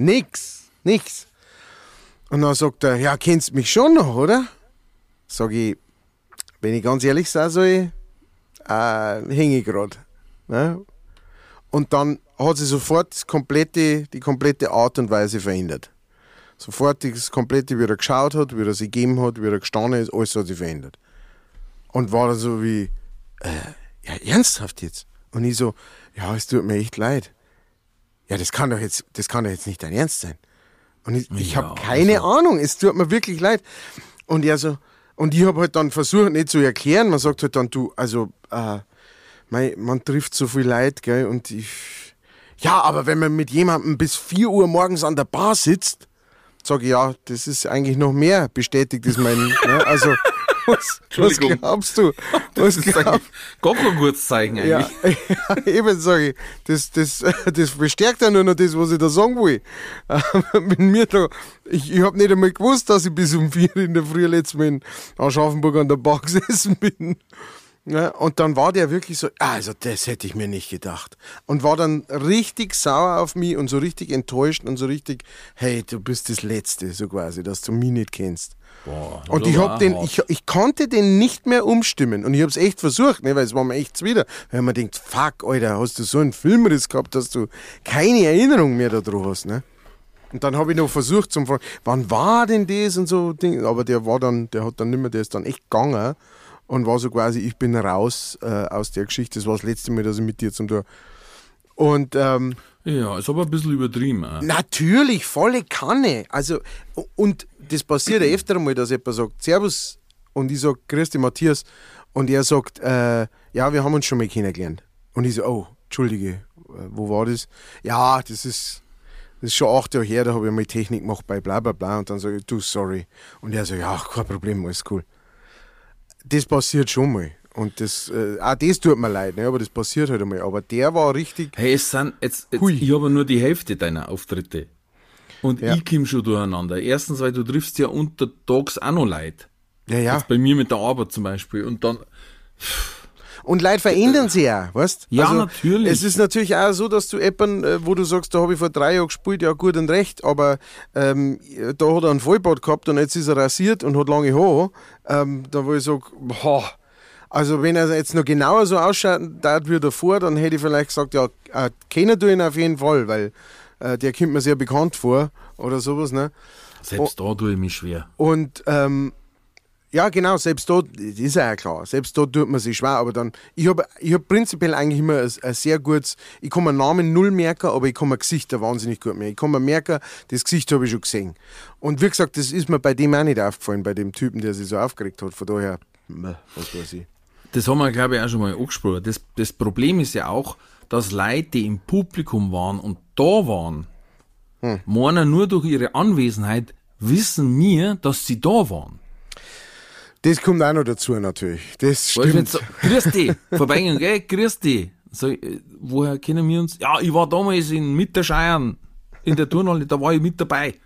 Und dann sagt er, ja, kennst du mich schon noch, oder? Sag ich, wenn ich ganz ehrlich sein soll, hänge ich gerade. Ne? Und dann hat sich sofort die komplette Art und Weise verändert. Sofort das komplette, wie er geschaut hat, wie er sich gegeben hat, wie er gestanden ist, alles hat sich verändert. Und war dann so wie, ja, ernsthaft jetzt? Und ich so, ja, es tut mir echt leid. Ja, das kann doch jetzt nicht dein Ernst sein. Und ich habe keine Ahnung, es tut mir wirklich leid. Und er so, und ich habe halt dann versucht, nicht zu erklären, man sagt halt dann, du, also, man trifft so viel Leute, gell, und ja, aber wenn man mit jemandem bis 4 Uhr morgens an der Bar sitzt, sage ich, ja, das ist eigentlich noch mehr bestätigt, ist mein, ne, also, Was Entschuldigung. glaubst du? Das ist gar kein gutes Zeichen eigentlich. Ja, eben sage ich, das bestärkt ja nur noch das, was ich da sagen will. Wenn mir da, ich habe nicht einmal gewusst, dass ich bis um 4 in der Früh letztes Mal in Aschaffenburg an der Bar gesessen bin. Ja, und dann war der wirklich so, also das hätte ich mir nicht gedacht. Und war dann richtig sauer auf mich und so richtig enttäuscht und so richtig, hey, du bist das Letzte, so quasi, dass du mich nicht kennst. Boah, Und ich konnte den nicht mehr umstimmen. Und ich habe es echt versucht, ne, weil es war mir echt zuwider. Weil man denkt, fuck, Alter, hast du so einen Filmriss gehabt, dass du keine Erinnerung mehr daran hast, ne? Und dann habe ich noch versucht zum fragen, wann war denn das und so Ding. Aber der hat dann nicht mehr, der ist dann echt gegangen und war so quasi, ich bin raus aus der Geschichte. Das war das letzte Mal, dass ich mit dir zum Tor. Und ja, ist aber ein bisschen übertrieben. natürlich, volle Kanne. Also, und das passiert ja öfter mal, dass jemand sagt, Servus, und ich sage, grüß dich, Matthias. Und er sagt, ja, wir haben uns schon mal kennengelernt. Und ich so, oh, Entschuldige, wo war das? Ja, das ist schon 8 Jahre her, da habe ich mal Technik gemacht bei bla bla bla. Und dann sage ich, du, sorry. Und er so, ja, kein Problem, alles cool. Das passiert schon mal. Und auch das tut mir leid, ne? Aber das passiert halt einmal. Aber der war richtig. Hey, ich habe nur die Hälfte deiner Auftritte. Und Ja. ich komme schon durcheinander. Erstens, weil du triffst ja untertags auch noch Leute. Ja. Jetzt bei mir mit der Arbeit zum Beispiel. Und dann, Und Leute verändern sich auch, weißt du? Ja, natürlich. Es ist natürlich auch so, dass du jemanden, wo du sagst, da habe ich vor 3 Jahren gespielt, ja gut und recht, aber da hat er einen Vollbart gehabt und jetzt ist er rasiert und hat lange Haare. Da wo ich sage, boah, also wenn er jetzt noch genauer so ausschaut wie davor, dann hätte ich vielleicht gesagt, ja, kennen du ihn auf jeden Fall, weil der kommt mir sehr bekannt vor oder sowas, ne? selbst da tue ich mich schwer. Und ja, genau, selbst da, das ist ja klar, selbst da tut man sich schwer, aber dann, ich hab prinzipiell eigentlich immer ein sehr gutes, ich kann mir Namen null merken, aber ich kann mir Gesichter wahnsinnig gut merken. Ich kann mir merken, das Gesicht habe ich schon gesehen. Und wie gesagt, das ist mir bei dem auch nicht aufgefallen, bei dem Typen, der sich so aufgeregt hat, von daher, was weiß ich. Das haben wir, glaube ich, auch schon mal angesprochen. Das Problem ist ja auch, dass Leute, die im Publikum waren und da waren, meinen nur durch ihre Anwesenheit, wissen wir, dass sie da waren. Das kommt auch noch dazu natürlich, das Weil ich stimmt. jetzt so, grüß dich, vorbeigehen, gell, grüß dich. So, woher kennen wir uns? Ja, ich war damals in Mitterscheiern, in der Turnhalle, da war ich mit dabei.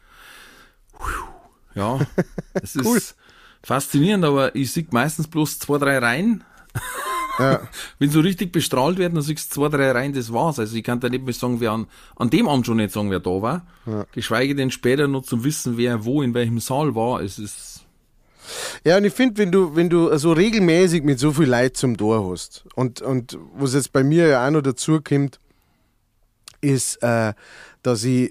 Ja, das ist Cool. faszinierend, aber ich sehe meistens bloß 2, 3 Reihen. Ja. Wenn so richtig bestrahlt werden, dann siehst du 2, 3 Reihen, das war's. Also ich kann da nicht mehr sagen, wer an dem Abend schon nicht sagen, wer da war. Geschweige denn später noch zum Wissen, wer wo in welchem Saal war. Es ist Ja, und ich finde, wenn du so regelmäßig mit so viel Leid zum Tor hast und was jetzt bei mir ja auch noch dazu kommt, ist, dass ich,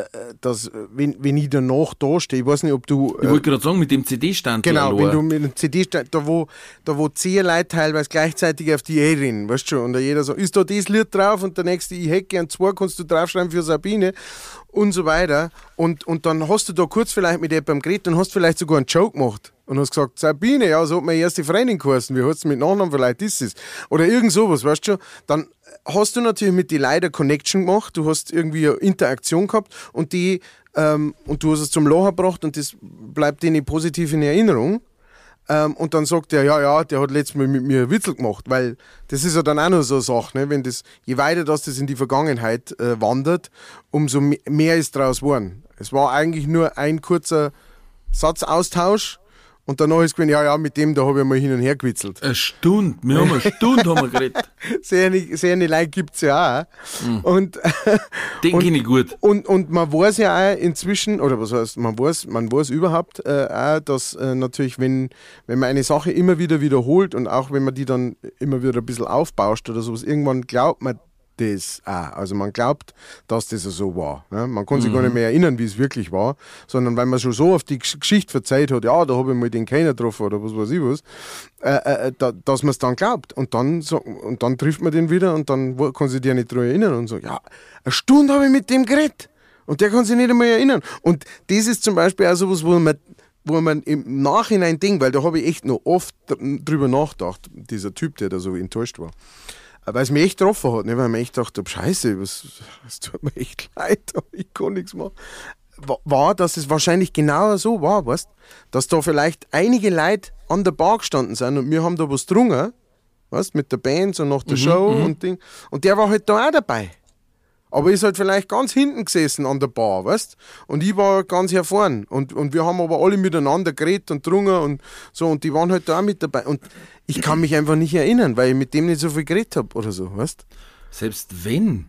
wenn ich danach da stehe, ich weiß nicht, ob du... ich wollte gerade sagen, mit dem CD-Stand. Genau, wenn du mit dem CD-Stand, da wo 10 Leute teilweise gleichzeitig auf die rennen, weißt du schon, und da jeder so, ist da das Lied drauf und der nächste, ich hätte gern 2, kannst du draufschreiben für Sabine und so weiter. Und dann hast du da kurz vielleicht mit jemandem geredet und hast vielleicht sogar einen Joke gemacht und hast gesagt, Sabine, ja, so hat meine erste Freundin geheißen, wie heißt du mit Nachnamen, vielleicht ist es. Oder irgend sowas, weißt du schon, dann hast du natürlich mit den Leuten eine Connection gemacht, du hast irgendwie eine Interaktion gehabt und du hast es zum Lachen gebracht und das bleibt denen positiv in Erinnerung. Und dann sagt er, ja, der hat letztes Mal mit mir einen Witzel gemacht, weil das ist ja dann auch noch so eine Sache, ne? Wenn das, je weiter das in die Vergangenheit wandert, umso mehr ist draus geworden. Es war eigentlich nur ein kurzer Satzaustausch und danach ist gewesen, ja, mit dem, da habe ich mal hin und her gewitzelt. Eine Stunde, wir haben eine Stunde haben wir geredet. Sehr eine Leute gibt es ja auch. Und, Den kenne ich gut. und man weiß ja auch inzwischen, oder was heißt, man weiß überhaupt auch, dass natürlich, wenn man eine Sache immer wieder wiederholt und auch wenn man die dann immer wieder ein bisschen aufbauscht oder sowas, irgendwann glaubt man das auch. Also man glaubt, dass das so war. Ne? Man kann sich gar nicht mehr erinnern, wie es wirklich war, sondern weil man schon so auf die Geschichte verzeiht hat, ja, da habe ich mal den Keiner getroffen oder was weiß ich was, dass man es dann glaubt. Und dann trifft man den wieder und dann kann sich der nicht daran erinnern und sagt, ja, eine Stunde habe ich mit dem geredet und der kann sich nicht einmal erinnern. Und das ist zum Beispiel auch sowas, wo man im Nachhinein denkt, weil da habe ich echt noch oft drüber nachgedacht, dieser Typ, der da so enttäuscht war. Weil es mich echt getroffen hat, ne? Weil ich mir echt dachte, Scheiße, es tut mir echt leid, aber ich kann nichts machen. war, dass es wahrscheinlich genau so war, weißt, dass da vielleicht einige Leute an der Bar gestanden sind und wir haben da was getrunken, weißt, mit der Band so nach der Show und Ding. Und der war halt da auch dabei. Aber ist halt vielleicht ganz hinten gesessen an der Bar, weißt? Und ich war ganz hier vorn. Und wir haben aber alle miteinander geredet und getrunken und so. Und die waren halt da auch mit dabei. Und ich kann mich einfach nicht erinnern, weil ich mit dem nicht so viel geredet habe oder so, weißt? Selbst wenn.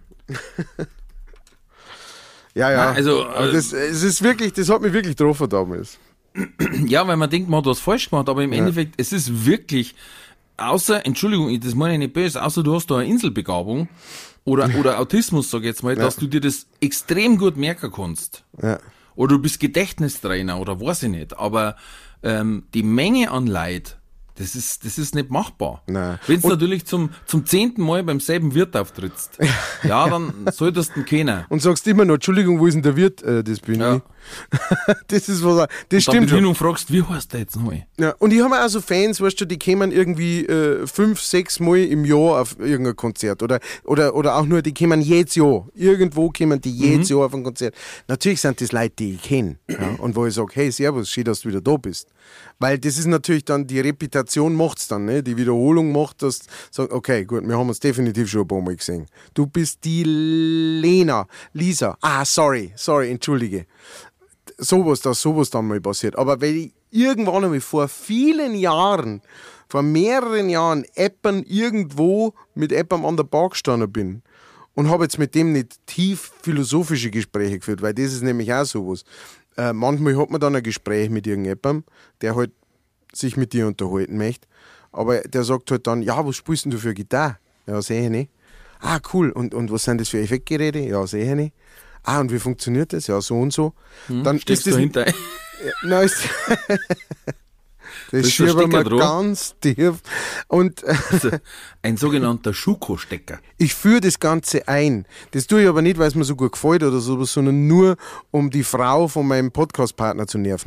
Ja. Nein, also, es ist wirklich, das hat mich wirklich getroffen damals. Ja, weil man denkt, man hat was falsch gemacht, aber im Endeffekt, es ist wirklich, außer, Entschuldigung, das meine ich nicht böse, außer du hast da eine Inselbegabung oder Autismus, sag ich jetzt mal, dass du dir das extrem gut merken kannst. Ja. Oder du bist Gedächtnistrainer oder weiß ich nicht, aber die Menge an Leid, das ist nicht machbar. Nein. Wenn du natürlich zum 10. Mal beim selben Wirt auftrittst, ja, dann solltest du ihn kennen. Und sagst immer noch, Entschuldigung, wo ist denn der Wirt? Das bin ich. Das ist was, das stimmt schon. schon. Und fragst, wie heißt der jetzt nochmal? Ja, und ich habe auch so Fans, weißt du, die kommen irgendwie 5-6 Mal im Jahr auf irgendein Konzert oder auch nur, die kommen jedes Jahr. Irgendwo kommen die jedes Jahr auf ein Konzert. Natürlich sind das Leute, die ich kenne. Ja, und wo ich sage, hey, servus, schön, dass du wieder da bist. Weil das ist natürlich dann, die Reputation macht's dann, ne? Die Wiederholung macht, dass du sagst, okay, gut, wir haben uns definitiv schon ein paar Mal gesehen. Du bist die Lisa. Sorry, entschuldige. Sowas dann mal passiert. Aber weil ich irgendwann einmal vor mehreren Jahren irgendwo mit Eppern an der Bar gestanden bin und habe jetzt mit dem nicht tief philosophische Gespräche geführt, weil das ist nämlich auch sowas. Manchmal hat man dann ein Gespräch mit irgendjemandem, der halt sich mit dir unterhalten möchte, aber der sagt halt dann, ja, was spielst denn du für Gitarre? Ja, sehe ich nicht. Ah, cool. Und was sind das für Effektgeräte? Ja, sehe ich nicht. Ah, und wie funktioniert das? Ja, so und so. Dann Steckst du dahinter? Nein, das schieben wir ganz tief. Und also ein sogenannter Schuko-Stecker. Ich führe das Ganze ein. Das tue ich aber nicht, weil es mir so gut gefällt oder sowas, sondern nur, um die Frau von meinem Podcast-Partner zu nerven.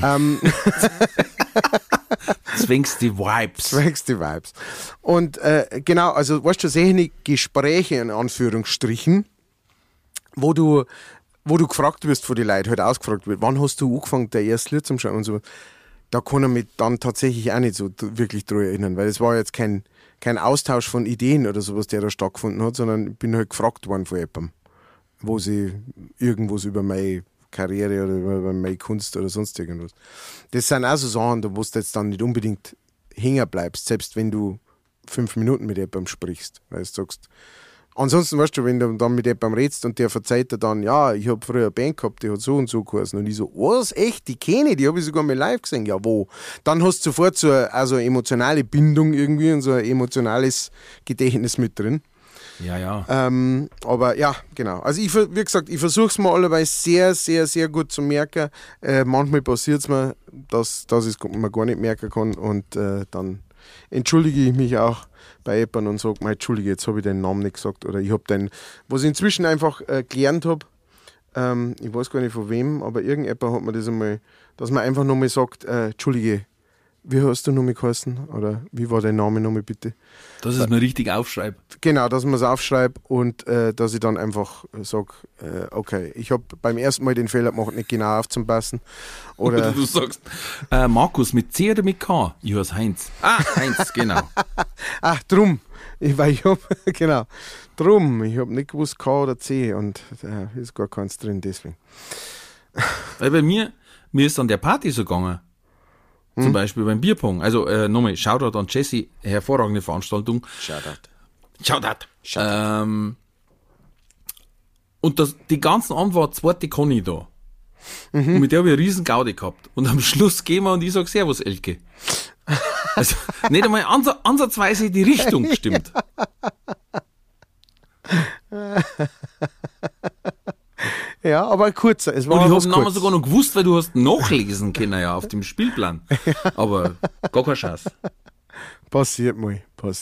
Zwängst die Vibes. Und genau, also weißt du, solche Gespräche in Anführungsstrichen, wo du gefragt wirst von den Leuten, halt ausgefragt wird, wann hast du angefangen, der erste Lied zu schreiben und so. Da kann ich mich dann tatsächlich auch nicht so wirklich daran erinnern, weil es war jetzt kein Austausch von Ideen oder sowas, der da stattgefunden hat, sondern ich bin halt gefragt worden von jemandem, wo sie irgendwas über meine Karriere oder über meine Kunst oder sonst irgendwas. Das sind auch so Sachen, wo du jetzt dann nicht unbedingt hängen bleibst, selbst wenn du 5 Minuten mit jemandem sprichst, weil du sagst, ansonsten, weißt du, wenn du dann mit jemandem redest und der verzeiht dir dann, ja, ich habe früher eine Band gehabt, die hat so und so geheißen. Und ich so, was, echt, die kenne ich, die habe ich sogar mal live gesehen. Ja, wo? Dann hast du sofort so eine emotionale Bindung irgendwie und so ein emotionales Gedächtnis mit drin. Ja. Aber ja, genau. Also wie gesagt, ich versuche es mir allerweise sehr, sehr, sehr gut zu merken. Manchmal passiert es mir, dass ich es mir gar nicht merken kann und dann entschuldige ich mich auch bei jemandem und sage, entschuldige, jetzt habe ich deinen Namen nicht gesagt oder ich habe was ich inzwischen einfach gelernt habe, ich weiß gar nicht von wem, aber irgendjemand hat mir das einmal, dass man einfach nochmal sagt, entschuldige, wie hast du nochmal geheißen oder wie war dein Name nochmal bitte? Dass ich es mir richtig aufschreibe. Genau, dass man es aufschreibt und dass ich dann einfach sage, okay, ich habe beim ersten Mal den Fehler gemacht, nicht genau aufzupassen. Oder du sagst, Markus, mit C oder mit K? Ich heiße Heinz. Heinz, genau. Ach, drum. Ich habe nicht gewusst K oder C und ist gar keins drin, deswegen. Weil bei mir ist an der Party so gegangen. Zum Beispiel beim Bierpong. Also nochmal, Shoutout an Jesse, hervorragende Veranstaltung. Shoutout. Und die ganzen Abend war zweite Conny da. Und mit der habe ich eine riesen Gaudi gehabt. Und am Schluss gehen wir und ich sage, Servus, Elke. Also nicht einmal ansatzweise die Richtung gestimmt. Ja, aber kurzer. Es war und ich habe den Namen sogar noch gewusst, weil du hast nachlesen können ja auf dem Spielplan. Aber gar kein Scheiß. Passiert mal.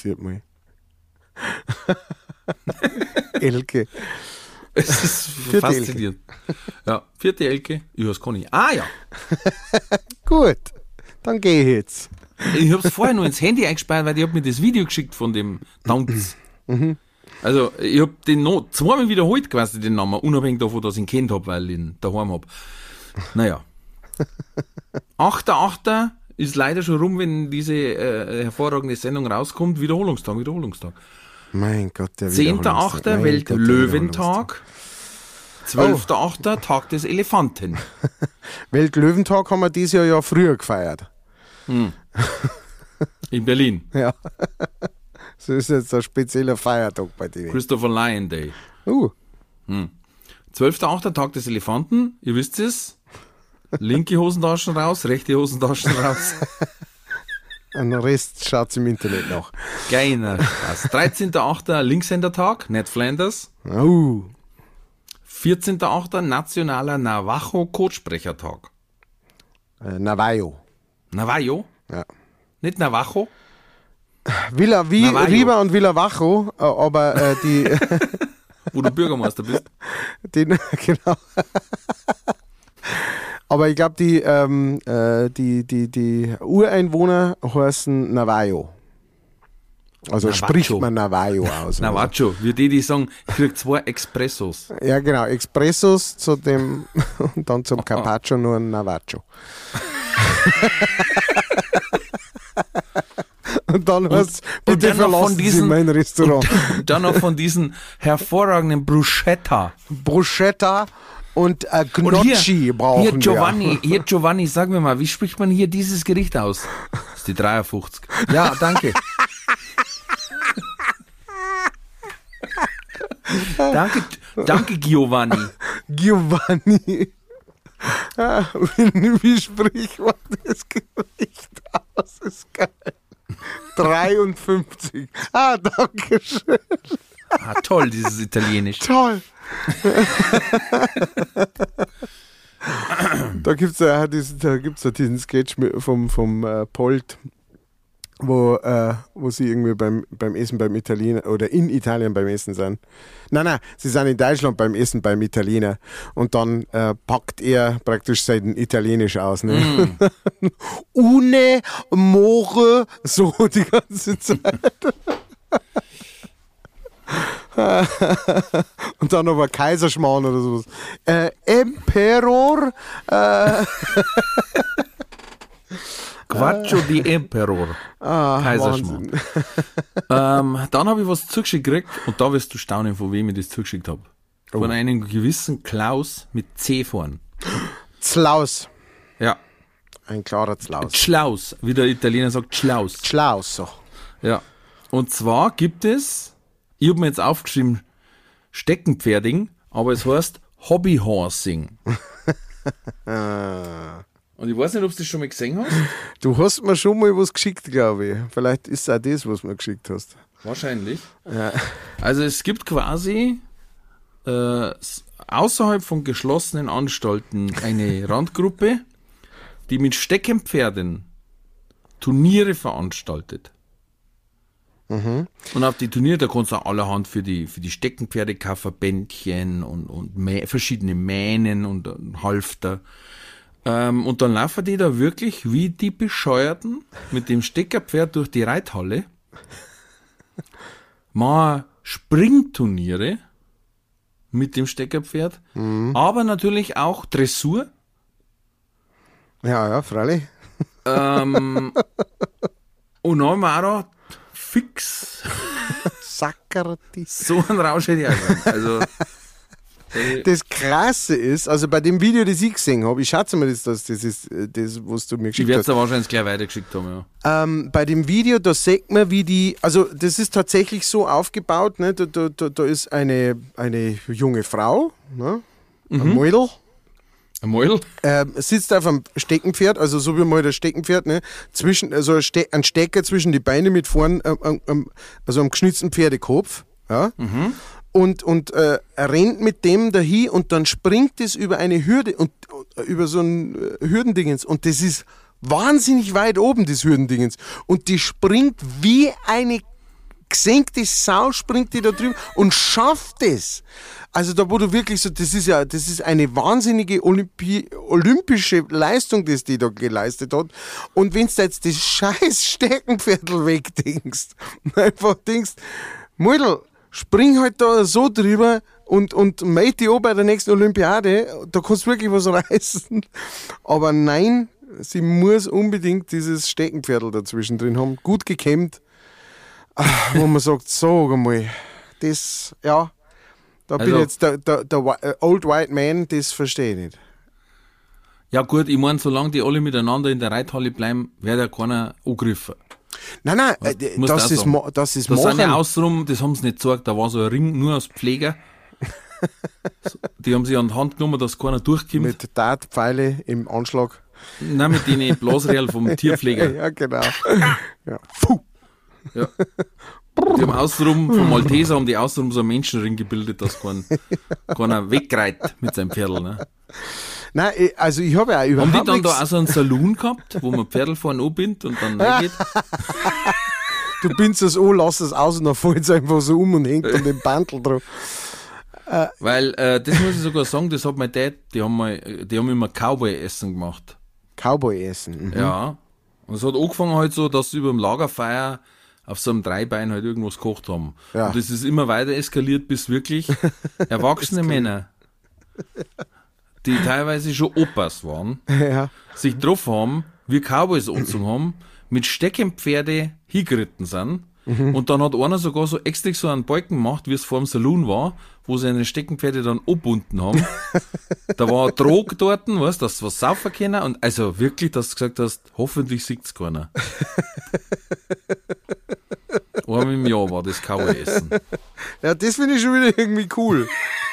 Elke. Es ist faszinierend. Ja, 4. Elke, ich heiße Conny. Ja. Gut, dann gehe ich jetzt. Ich habe es vorher noch ins Handy eingespeichert, weil ich habe mir das Video geschickt von dem Tanz. Also, ich hab den noch zweimal wiederholt quasi den Namen, unabhängig davon, dass ich ihn kennt hab, weil ich ihn daheim hab. Naja. 8.8. ist leider schon rum, wenn diese hervorragende Sendung rauskommt. Wiederholungstag. Mein Gott, der 10.8. Weltlöwentag. 12.8. Tag des Elefanten. Weltlöwentag haben wir dieses Jahr ja früher gefeiert. In Berlin. Ja. So ist jetzt ein spezieller Feiertag bei dir. Christopher Lion Day. 12.8. Tag des Elefanten. Ihr wisst es. Linke Hosentaschen raus, rechte Hosentaschen raus. Den Rest schaut im Internet nach. Kleiner Spaß. 13.8. Linkshändertag, Ned Flanders. 14.8. Nationaler Navajo-Codesprechertag. Navajo. Navajo? Ja. Nicht Navajo? Navajo. Riva und Villavajo, aber die... Wo du Bürgermeister bist. Genau. Aber ich glaube, die Ureinwohner heißen Navajo. Also Navajo. spricht man Navajo aus. Navajo, wie die sagen, ich krieg 2 Expressos. Ja, genau. Expressos zu dem und dann zum Carpaccio nur ein Navajo. Und dann heißt bitte verlassen Sie mein Restaurant. Und dann noch von diesen hervorragenden Bruschetta. Bruschetta und Gnocchi brauchen wir. Hier Giovanni, sag mir mal, wie spricht man hier dieses Gericht aus? Das ist die 53. Ja, danke. Danke Giovanni. Giovanni. Wie spricht man das Gericht aus? Das ist geil. 53. Danke schön. Toll, dieses Italienisch. Toll. Da gibt es ja diesen Sketch vom Polt, wo sie irgendwie beim Essen beim Italiener oder in Italien beim Essen sind. Nein, sie sind in Deutschland beim Essen beim Italiener und dann packt er praktisch sein Italienisch aus. Ne? Une, more, so die ganze Zeit. Und dann aber Kaiserschmarrn oder sowas. Emperor. Quattro di Emperor. Kaiserschmarrn. Dann habe ich was zugeschickt gekriegt und da wirst du staunen, von wem ich das zugeschickt habe. Von einem gewissen Klaus mit C vorn. Zlaus. Ja. Ein klarer Zlaus. Schlaus, wie der Italiener sagt, Schlaus. Schlaus, so. Ja. Und zwar gibt es, ich habe mir jetzt aufgeschrieben, Steckenpferding, aber es heißt Hobbyhorsing. Und ich weiß nicht, ob du das schon mal gesehen hast. Du hast mir schon mal was geschickt, glaube ich. Vielleicht ist es auch das, was du mir geschickt hast. Wahrscheinlich. Ja. Also es gibt quasi außerhalb von geschlossenen Anstalten eine Randgruppe, die mit Steckenpferden Turniere veranstaltet. Und auf die Turniere, da kannst du auch allerhand für die Steckenpferde kaufen, Bändchen und verschiedene Mähnen und Halfter. Und dann laufen die da wirklich wie die Bescheuerten mit dem Steckerpferd durch die Reithalle. Mal Springturniere mit dem Steckerpferd, aber natürlich auch Dressur. Ja, freilich. Und dann haben wir auch noch fix Sackerti. so ein Rausch hätte ich auch sagen. Also, das Krasse ist, also bei dem Video, das ich gesehen habe, ich schätze mal, das ist das, was du mir geschickt hast. ich werde es da wahrscheinlich gleich weitergeschickt haben, ja. Bei dem Video, da sieht man, wie die, also das ist tatsächlich so aufgebaut, ne? Da ist eine junge Frau, ne? Ein Mädel. Ein Mädel? Sitzt auf einem Steckenpferd, also so wie mal das Steckenpferd, ne? Ein Stecker zwischen die Beine mit vorn, also einem geschnitzten Pferdekopf, ja? Und er rennt mit dem dahin und dann springt es über eine Hürde und über so ein Hürdendingens und das ist wahnsinnig weit oben, das Hürdendingens, und die springt wie eine gesenkte Sau, springt die da drüber und schafft es. Also da, wo du wirklich so, das ist eine wahnsinnige olympische Leistung, die da geleistet hat. Und wenn du jetzt das scheiß Steckenpferdl wegdenkst und einfach denkst, Mädel, spring halt da so drüber und meld dich an bei der nächsten Olympiade, da kannst du wirklich was reißen. Aber nein, sie muss unbedingt dieses Steckenpferdl dazwischen drin haben, gut gekämmt, wo man sagt, sag einmal, das, ja, da bin jetzt der Old White Man, das verstehe ich nicht. Ja gut, ich meine, solange die alle miteinander in der Reithalle bleiben, wird ja keiner angegriffen. Nein, das ist machen. Das sind ja außenrum, das haben sie nicht gesagt, da war so ein Ring nur aus Pfleger. Die haben sich an die Hand genommen, dass keiner durchkommt. Mit Dartpfeile im Anschlag. Nein, mit den Blasreal vom Tierpfleger. Ja, genau. Ja. Ja. Die haben außenrum, vom Malteser haben die außenrum so einen Menschenring gebildet, dass keiner wegreitet mit seinem Pferdl. Ne? Nein, also ich habe ja auch überhaupt haben die dann nichts. da auch so einen Saloon gehabt, wo man Pferdl vorne anbindet und dann reingeht? Du bindest es an, lass es aus und dann fällt es einfach so um und hängt an dem Bandel drauf. Weil, das muss ich sogar sagen, das hat mein Dad, die haben immer Cowboy-Essen gemacht. Cowboy-Essen. Mhm. Ja. Und es hat angefangen halt so, dass sie über dem Lagerfeuer auf so einem Dreibein halt irgendwas gekocht haben. Ja. Und das ist immer weiter eskaliert, bis wirklich erwachsene Männer, die teilweise schon Opas waren, Ja. sich getroffen haben, wie Cowboys angezogen haben, mit Steckenpferde hingeritten sind. Und dann hat einer sogar so extra so einen Balken gemacht, wie es vor dem Saloon war, wo sie eine Steckenpferde dann abgebunden haben. Da war ein Trog dort, weißt du, dass sie was saufen können. Und also wirklich, dass du gesagt hast, hoffentlich sieht's keiner. Einmal im Jahr war das Cowboy-Essen. Ja, das finde ich schon wieder irgendwie cool.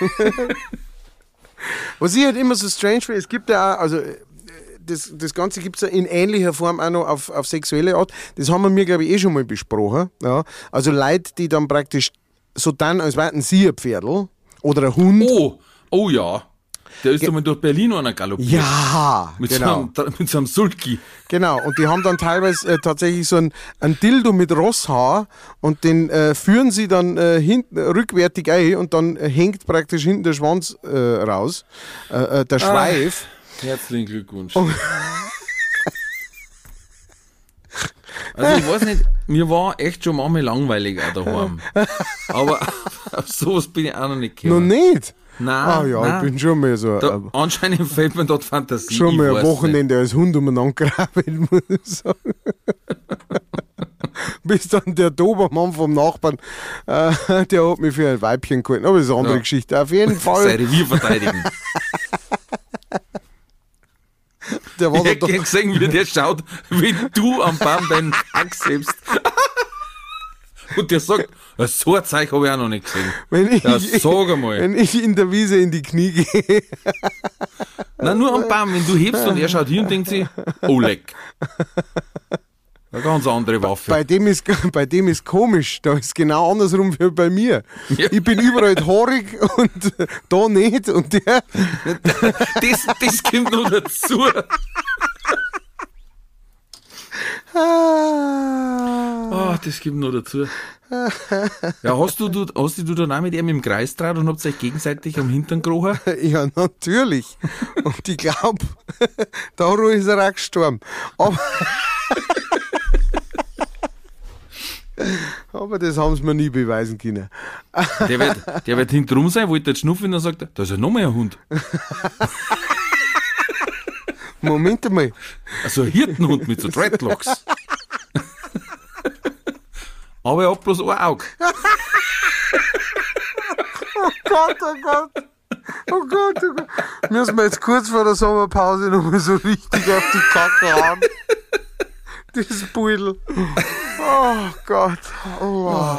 Was ich halt immer so strange finde, es gibt ja auch, also das Ganze gibt es ja in ähnlicher Form auch noch auf sexuelle Art. Das haben wir, glaube ich, schon mal besprochen. Ja. Also Leute, die dann praktisch so dann, als wären sie ein Pferdl oder ein Hund. Oh ja. Der ist einmal durch Berlin einer galoppiert. Ja, Mit genau. mit so einem Sulki. Genau, und die haben dann teilweise tatsächlich so ein Dildo mit Rosshaar und den führen sie dann hinten rückwärtig ein und dann hängt praktisch hinten der Schwanz raus, der Schweif. Herzlichen Glückwunsch. Also ich weiß nicht, mir war echt schon manchmal langweilig auch daheim. Aber auf sowas bin ich auch noch nicht gekommen. Noch nicht? Nein, Ja, nein. ich bin schon mal so. Anscheinend fällt mir dort Fantasie. Schon mal ich ein weiß Wochenende als Hund umeinander graben, muss ich sagen. Bis dann der Dobermann vom Nachbarn, der hat mich für ein Weibchen gehalten. Aber das ist eine andere Geschichte. Auf jeden nicht. Fall. Sein Revier verteidigen. Der war Ich da hätte gern gesehen, wie der schaut, wie du am Baum deinen Hack selbst. Und der sagt, so ein Zeug habe ich auch noch nicht gesehen. Sag einmal. Wenn ich in der Wiese in die Knie gehe. Nein, nur am Baum, wenn du hebst und er schaut hin und denkt sich, oh leck. Eine ganz andere Waffe. Bei dem ist komisch, da ist genau andersrum wie bei mir. Ja. Ich bin überall haarig und da nicht und der. Das kommt noch dazu. Das kommt noch dazu. Ja, hast du dann auch mit ihm im Kreis draht und habt euch gegenseitig am Hintern gerochen? Ja, natürlich. Und ich glaube, darum ist er auch gestorben. Aber das haben sie mir nie beweisen können. Der wird hintenrum sein, wollte jetzt schnuffeln und dann sagt er, da ist ja noch mal ein Hund. Moment einmal. Also ein Hirtenhund mit so Dreadlocks. Aber er hat bloß ein Auge. Oh Gott, oh Gott. Oh Gott, oh Gott. Müssen wir jetzt kurz vor der Sommerpause nochmal so richtig auf die Kacke hauen. Das Pudel. Oh Gott. Oh.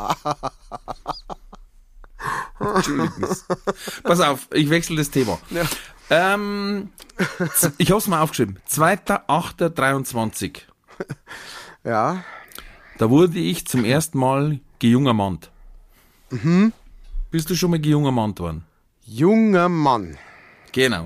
Entschuldigung. Pass auf, ich wechsle das Thema. Ja. Ich habe es mal aufgeschrieben. 2.8.23. Ja. Da wurde ich zum ersten Mal gejungermannt. Mhm. Bist du schon mal gejungermannt worden? Junger Mann. Genau.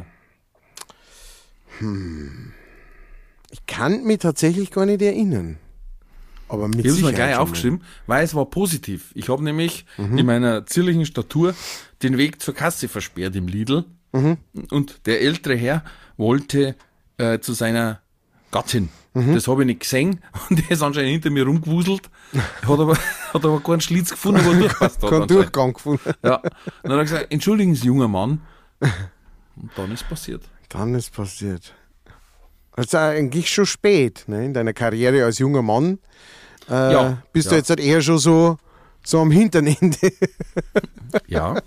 Ich kann mich tatsächlich gar nicht erinnern. Aber mit Ich habe es mir Sicherheit gleich schon aufgeschrieben, weil es war positiv. Ich habe nämlich in meiner zierlichen Statur den Weg zur Kasse versperrt im Lidl. Und der ältere Herr wollte zu seiner Gattin. Das habe ich nicht gesehen und der ist anscheinend hinter mir rumgewuselt, hat aber keinen Schlitz gefunden, wo er durchpasst hat. Keinen Durchgang gefunden. Ja. Dann hat er gesagt, entschuldigen Sie, junger Mann. Und dann ist passiert. Dann ist passiert. Also eigentlich schon spät, ne? In deiner Karriere als junger Mann. Bist du jetzt halt eher schon so am Hinternende. Ja.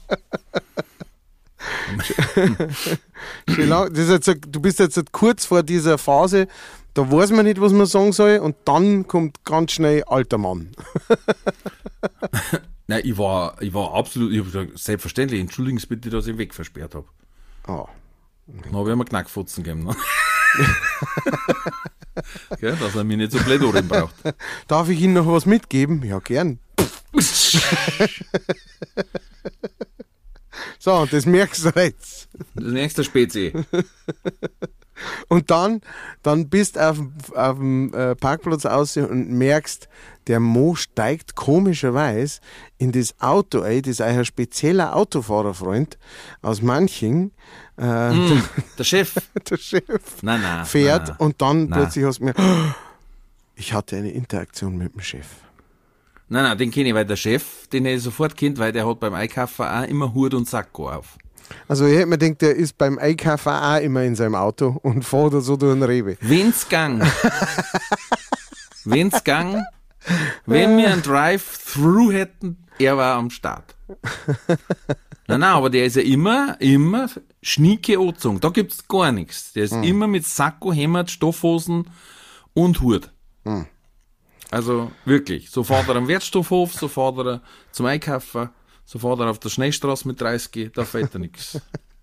Das ist jetzt, du bist jetzt halt kurz vor dieser Phase, da weiß man nicht, was man sagen soll, und dann kommt ganz schnell alter Mann. Nein, ich war absolut, ich habe gesagt, selbstverständlich, entschuldigen Sie bitte, dass ich den Weg versperrt habe. Oh. Dann habe ich ihm einen Knackfutzen gegeben. Ne? Gell, dass er mich nicht so blöd ohren braucht. Darf ich Ihnen noch was mitgeben? Ja, gern. So, und das merkst du jetzt. Das nächste Spezi. Und dann bist du auf dem Parkplatz aus und merkst, der Mo steigt komischerweise in das Auto ein, das ist ein spezieller Autofahrerfreund aus Manching. Der Chef. Der Chef Nein, fährt nein. Und dann plötzlich hast du mir, ich hatte eine Interaktion mit dem Chef. Nein, den kenne ich, weil der Chef, den hätte ich sofort kennt, weil der hat beim Einkaufen auch immer Hut und Sakko auf. Also ich hätte mir gedacht, der ist beim Einkaufen auch immer in seinem Auto und fährt so durch den Rewe. Wenn's gang, wenn wir einen Drive-Thru hätten, er war am Start. Nein, aber der ist ja immer schnieke angezogen. Da gibt's gar nichts. Der ist immer mit Sakko, Hemd, Stoffhosen und Hut. Also wirklich, so fährt er am Wertstoffhof, so fährt er zum Einkaufen, so fährt er auf der Schnellstraße mit 30, da fällt er nichts.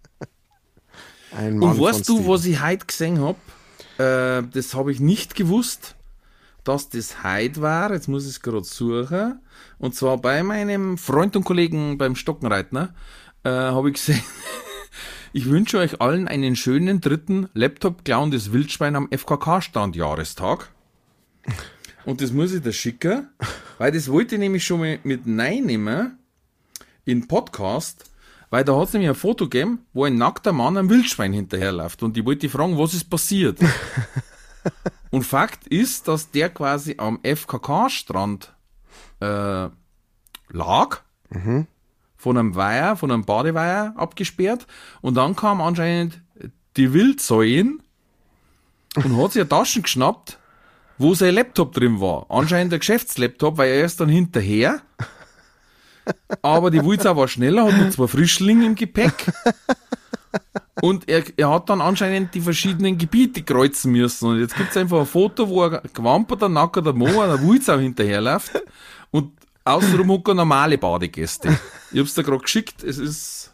Und weißt du, was ich heute gesehen habe? Das habe ich nicht gewusst, dass das heute war. Jetzt muss ich es gerade suchen. Und zwar bei meinem Freund und Kollegen beim Stockenreitner habe ich gesehen, ich wünsche euch allen einen schönen 3. Laptop-Clown des Wildschwein am FKK-Stand Jahrestag. Und das muss ich dir schicken, weil das wollte ich nämlich schon mal mit reinnehmen in Podcast, weil da hat es nämlich ein Foto gegeben, wo ein nackter Mann einem Wildschwein hinterherläuft. Und ich wollte fragen, was ist passiert? Und Fakt ist, dass der quasi am FKK-Strand lag, von einem Weiher, von einem Badeweiher abgesperrt. Und dann kam anscheinend die Wildsäuen und hat sich eine Taschen geschnappt, wo sein Laptop drin war. Anscheinend der Geschäftslaptop, weil er ist dann hinterher. Aber die Wulzau war schneller, hat mit 2 Frischlingen im Gepäck. Und er hat dann anscheinend die verschiedenen Gebiete kreuzen müssen. Und jetzt gibt es einfach ein Foto, wo ein gewamperter, nackerter Mo an der Wulzau hinterherläuft. Und außenrum hocken normale Badegäste. Ich hab's dir gerade geschickt, es ist...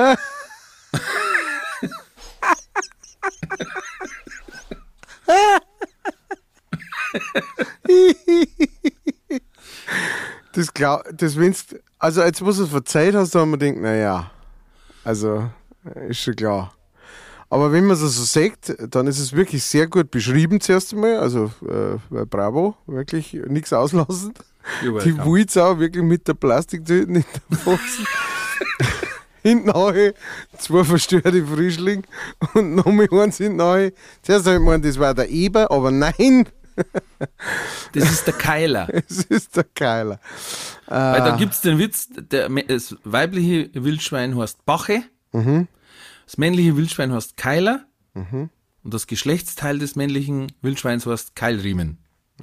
Also jetzt, wo du es verzeiht hast, da haben wir gedacht, naja, also ist schon klar. Aber wenn man es so sagt, dann ist es wirklich sehr gut beschrieben zuerst einmal, also bravo, wirklich nichts auslassen. Die Wulzau wirklich mit der Plastiktüte in der Fosse. Hinten nachher 2 verstörte Frischlinge und noch mal eins hinten nachher. Zuerst habe ich gemeint, das war der Eber, aber nein. Das ist der Keiler. Es ist der Keiler. Weil da gibt es den Witz, das weibliche Wildschwein heißt Bache, das männliche Wildschwein heißt Keiler und das Geschlechtsteil des männlichen Wildschweins heißt Keilriemen.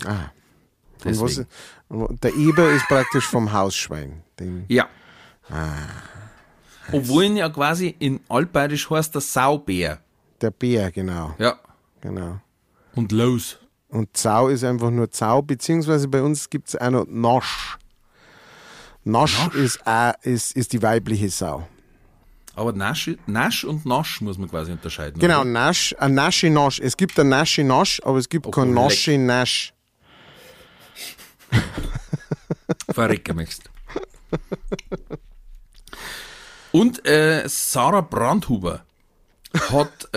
Der Eber ist praktisch vom Hausschwein. Ja. Obwohl ihn ja quasi in Altbayerisch heißt der Saubär. Der Bär, genau. Ja. Genau. Und los. Und Zau ist einfach nur Zau, beziehungsweise bei uns gibt es auch noch Nasch. Nasch ist die weibliche Sau. Aber Nasch und Nasch muss man quasi unterscheiden. Genau, oder? Nasch, ein Naschi-Nasch. Es gibt ein Naschi-Nasch, aber es gibt kein Naschi-Nasch. Verrecken möchtest. Und Sarah Brandhuber hat...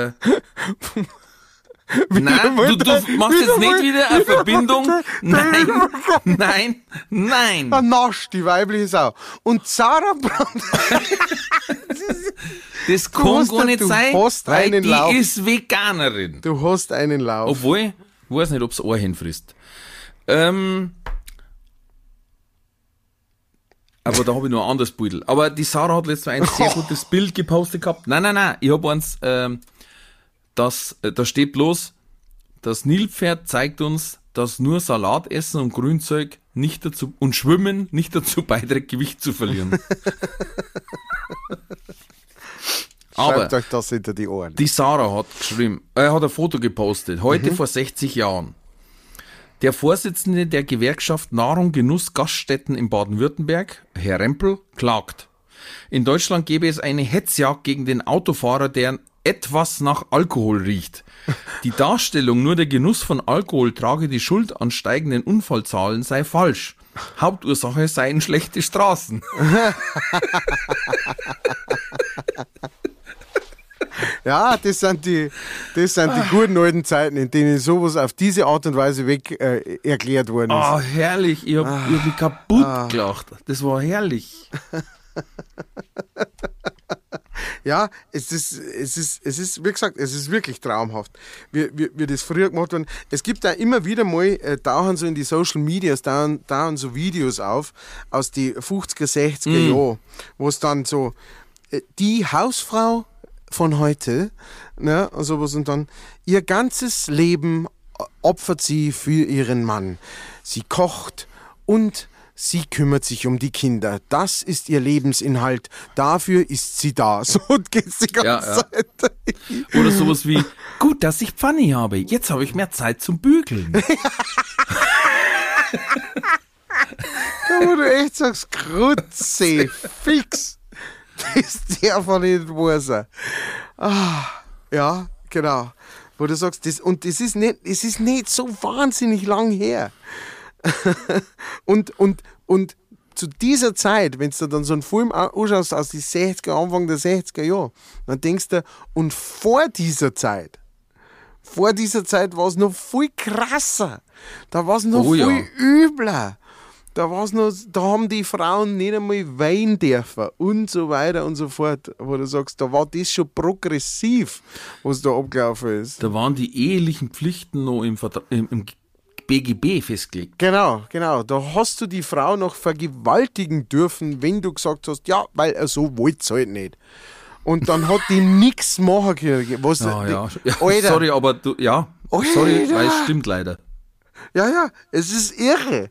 Nein, du machst jetzt nicht wieder eine Verbindung. Nein. Ein Nasch, die weibliche Sau. Und Sarah Brandhuber... Das kann gar nicht sein, weil die ist Veganerin. Du hast einen Lauf. Obwohl, Ich weiß nicht, ob es Ohr hinfrisst. Aber da habe ich noch ein anderes Bild. Aber die Sarah hat letztens ein sehr gutes Bild gepostet gehabt. Nein. Ich habe eins, da steht bloß, das Nilpferd zeigt uns, dass nur Salat essen und Grünzeug und Schwimmen nicht dazu beiträgt, Gewicht zu verlieren. Aber Schreibt euch das hinter die Ohren. die Sarah hat geschrieben, hat ein Foto gepostet, heute vor 60 Jahren. Der Vorsitzende der Gewerkschaft Nahrung, Genuss, Gaststätten in Baden-Württemberg, Herr Rempel, klagt. In Deutschland gäbe es eine Hetzjagd gegen den Autofahrer, der etwas nach Alkohol riecht. Die Darstellung, nur der Genuss von Alkohol trage die Schuld an steigenden Unfallzahlen, sei falsch. Hauptursache seien schlechte Straßen. Ja, das sind die guten alten Zeiten, in denen sowas auf diese Art und Weise erklärt worden ist. Oh, herrlich. Ich hab mich kaputt gelacht. Das war herrlich. Ja, es ist, wie gesagt, es ist wirklich traumhaft, wie das früher gemacht wurde. Es gibt da immer wieder mal, tauchen so in die Social Medias, tauchen so Videos auf, aus die 50er, 60er Jahren, wo es dann so, die Hausfrau von heute, ne, und sowas, und dann ihr ganzes Leben opfert sie für ihren Mann. Sie kocht und sie kümmert sich um die Kinder. Das ist ihr Lebensinhalt. Dafür ist sie da. So geht's die ganze Zeit. Oder sowas wie, gut, dass ich Pfanne habe. Jetzt habe ich mehr Zeit zum Bügeln. Da wo du echt sagst, Krutze, fix. Das darf man nicht wahr sein. Ja, genau. Wo du sagst, das ist nicht so wahnsinnig lang her. und zu dieser Zeit, wenn du dann so einen Film anschaust aus den 60er, Anfang der 60er Jahre, dann denkst du, und vor dieser Zeit war es noch viel krasser. Da war es noch viel übler. Da haben die Frauen nicht einmal weinen dürfen und so weiter und so fort. Wo du sagst, da war das schon progressiv, was da abgelaufen ist. Da waren die ehelichen Pflichten noch im BGB festgelegt. Genau. Da hast du die Frau noch vergewaltigen dürfen, wenn du gesagt hast, ja, weil so wollte es halt nicht. Und dann hat die nichts machen können. Ja. Alter. Sorry, aber du, ja. Alter. Sorry, weil es stimmt leider. Ja, es ist irre.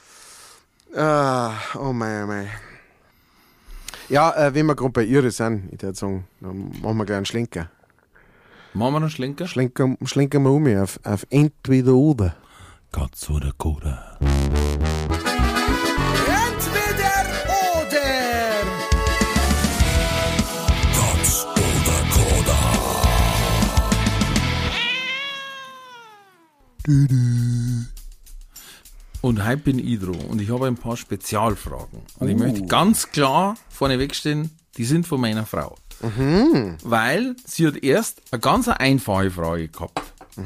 Oh mein. Ja, wenn wir gerade bei Irre sind, ich würde sagen, dann machen wir gleich einen Schlenker. Machen wir einen Schlenker? Schlenker wir um auf entweder oder. Katz oder Koda. Entweder oder. Katz oder Koda. Und heute bin ich dran und ich habe ein paar Spezialfragen. Und ich möchte ganz klar vornewegstehen, die sind von meiner Frau. Weil sie hat erst eine ganz einfache Frage gehabt.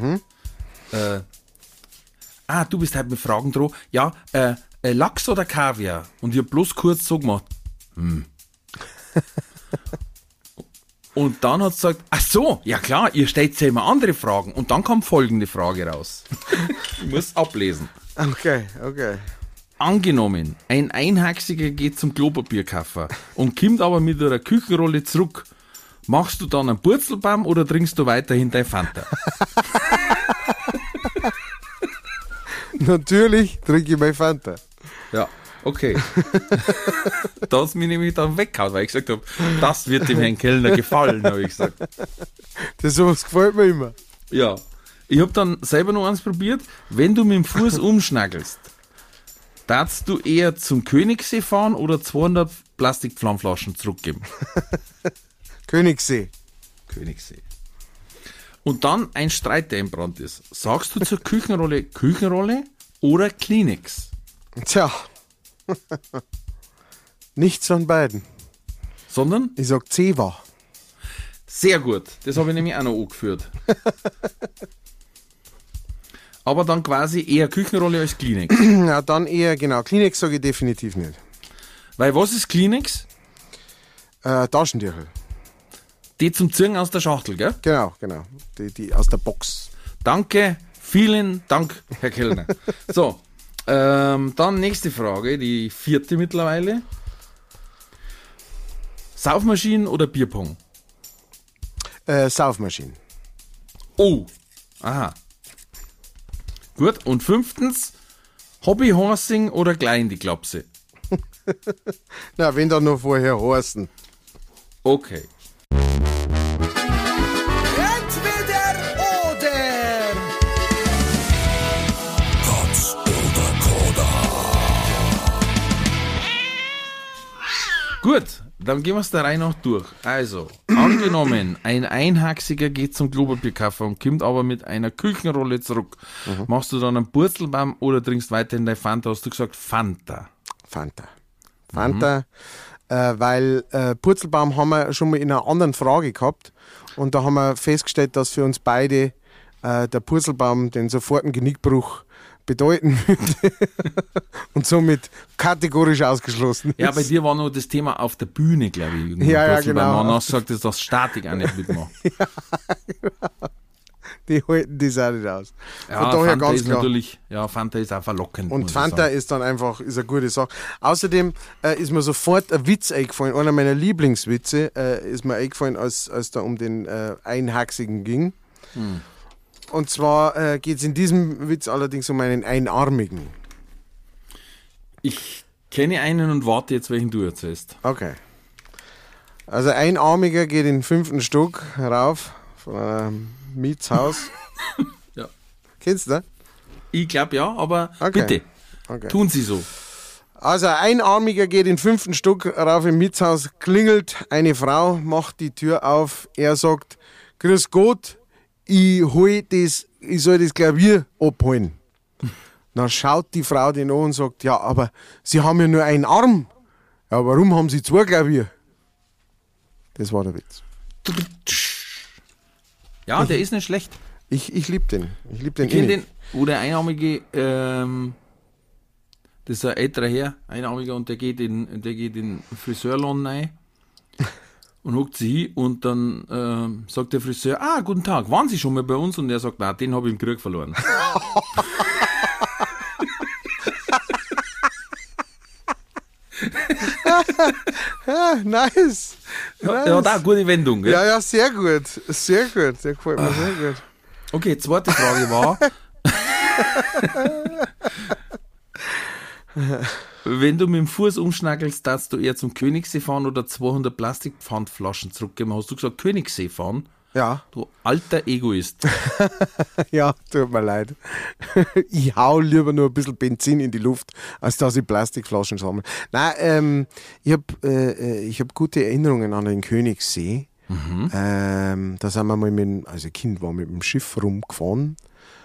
Du bist heute mit Fragen dran. Ja, Lachs oder Kaviar? Und ich habe bloß kurz so gemacht. Und dann hat sie gesagt, ach so, ja klar, ihr stellt ja immer andere Fragen. Und dann kam folgende Frage raus. Ich muss ablesen. Okay. Angenommen, ein Einhaxiger geht zum Klopapierkaffer und kommt aber mit einer Küchenrolle zurück. Machst du dann einen Purzelbaum oder trinkst du weiterhin dein Fanta? Natürlich trinke ich mein Fanta. Ja, okay. Da hat es mich nämlich dann weggehauen, weil ich gesagt habe, das wird dem Herrn Kellner gefallen, habe ich gesagt. Sowas gefällt mir immer. Ja, ich habe dann selber noch eins probiert. Wenn du mit dem Fuß umschnaggelst, darfst du eher zum Königssee fahren oder 200 Plastikpfandflaschen zurückgeben? Königssee. Und dann ein Streit, der entbrannt ist. Sagst du zur Küchenrolle oder Kleenex? Tja. Nichts von beiden. Sondern? Ich sag Zewa. Sehr gut. Das habe ich nämlich auch noch angeführt. Aber dann quasi eher Küchenrolle als Kleenex. Ja, dann eher, genau. Kleenex sage ich definitiv nicht. Weil was ist Kleenex? Taschentücher. Die zum Ziehen aus der Schachtel, gell? Genau. Die aus der Box. Danke Vielen Dank, Herr Kellner. So, dann nächste Frage, die 4. mittlerweile. Saufmaschinen oder Bierpong? Saufmaschinen. Oh, aha. Gut, und 5. Hobbyhorsing oder klein die Klapse? Na, wenn dann noch vorher Horsten. Okay. Entweder oder. Katz oder Koda. Gut, dann gehen wir es der Reihe nach durch. Also, angenommen, ein Einhaxiger geht zum Klopapierkaufer und kommt aber mit einer Küchenrolle zurück. Machst du dann einen Purzelbaum oder trinkst weiterhin dein Fanta? Hast du gesagt Fanta? Fanta, weil Purzelbaum haben wir schon mal in einer anderen Frage gehabt und da haben wir festgestellt, dass für uns beide der Purzelbaum den sofortigen Genickbruch bedeuten würde und somit kategorisch ausgeschlossen ist. Ja, bei dir war noch das Thema auf der Bühne, glaube ich. Irgendwo. Ja, Purzelbaum. genau. Und dann sagt, dass das Statik auch nicht mitmacht. Die halten das auch nicht aus. Ja, Von daher Fanta ganz ist klar. natürlich, ja, Fanta ist auch verlockend. Und muss ich Fanta sagen. ist dann einfach ist eine gute Sache. Außerdem ist mir sofort ein Witz eingefallen, einer meiner Lieblingswitze ist mir eingefallen, als da um den Einhaxigen ging. Und zwar geht es in diesem Witz allerdings um einen Einarmigen. Ich kenne einen und warte jetzt, welchen du erzählst. Okay. Also ein Einarmiger geht in den 5. Stock rauf von einem Mietshaus. Ja. Kennst du das? Ich glaube ja, aber Okay. bitte, Okay. tun Sie so. Also ein Einarmiger geht in den 5. Stock rauf im Mietshaus, klingelt, eine Frau macht die Tür auf, er sagt, grüß Gott, ich soll das Klavier abholen. Dann schaut die Frau den an und sagt, ja, aber Sie haben ja nur einen Arm. Ja, warum haben Sie 2 Klavier? Das war der Witz. Ja, der ist nicht schlecht. Ich liebe den. Ich liebe den. Ich kenne eh den, wo der Einarmige, das ist ein älterer Herr, Einarmiger, und der geht in den Friseurladen rein und hockt sich hin und dann sagt der Friseur, guten Tag, waren Sie schon mal bei uns? Und er sagt, nein, den habe ich im Krieg verloren. Nice. Er hat auch eine gute Wendung. Gell? Ja, sehr gut. Sehr gut. Der gefällt mir sehr gut. Okay, zweite Frage war, wenn du mit dem Fuß umschnackelst, darfst du eher zum Königssee fahren oder 200 Plastikpfandflaschen zurückgeben? Hast du gesagt Königssee fahren? Ja. Du alter Egoist. Ja, tut mir leid. Ich hau lieber nur ein bisschen Benzin in die Luft, als dass ich Plastikflaschen sammle. Nein, ich hab gute Erinnerungen an den Königssee. Da sind wir mal als Kind war mit dem Schiff rumgefahren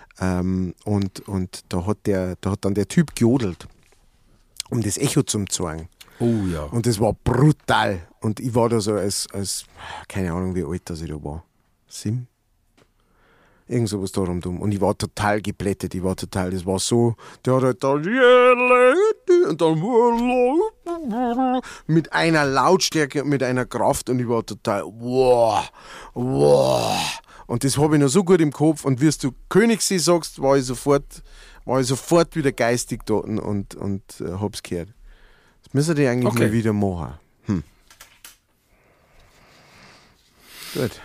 und da hat dann der Typ gejodelt, um das Echo zu zeigen. Oh ja. Und das war brutal. Und ich war da so als keine Ahnung wie alt das ich da war. 7? Irgend sowas da rumdum. Und ich war total geplättet. Das war so, der hat halt da und dann mit einer Lautstärke und mit einer Kraft und ich war total wow. Und das habe ich noch so gut im Kopf und wie du Königssee sagst, war ich sofort wieder geistig dort und hab's gehört. Das müssen die eigentlich mal wieder machen. Gut.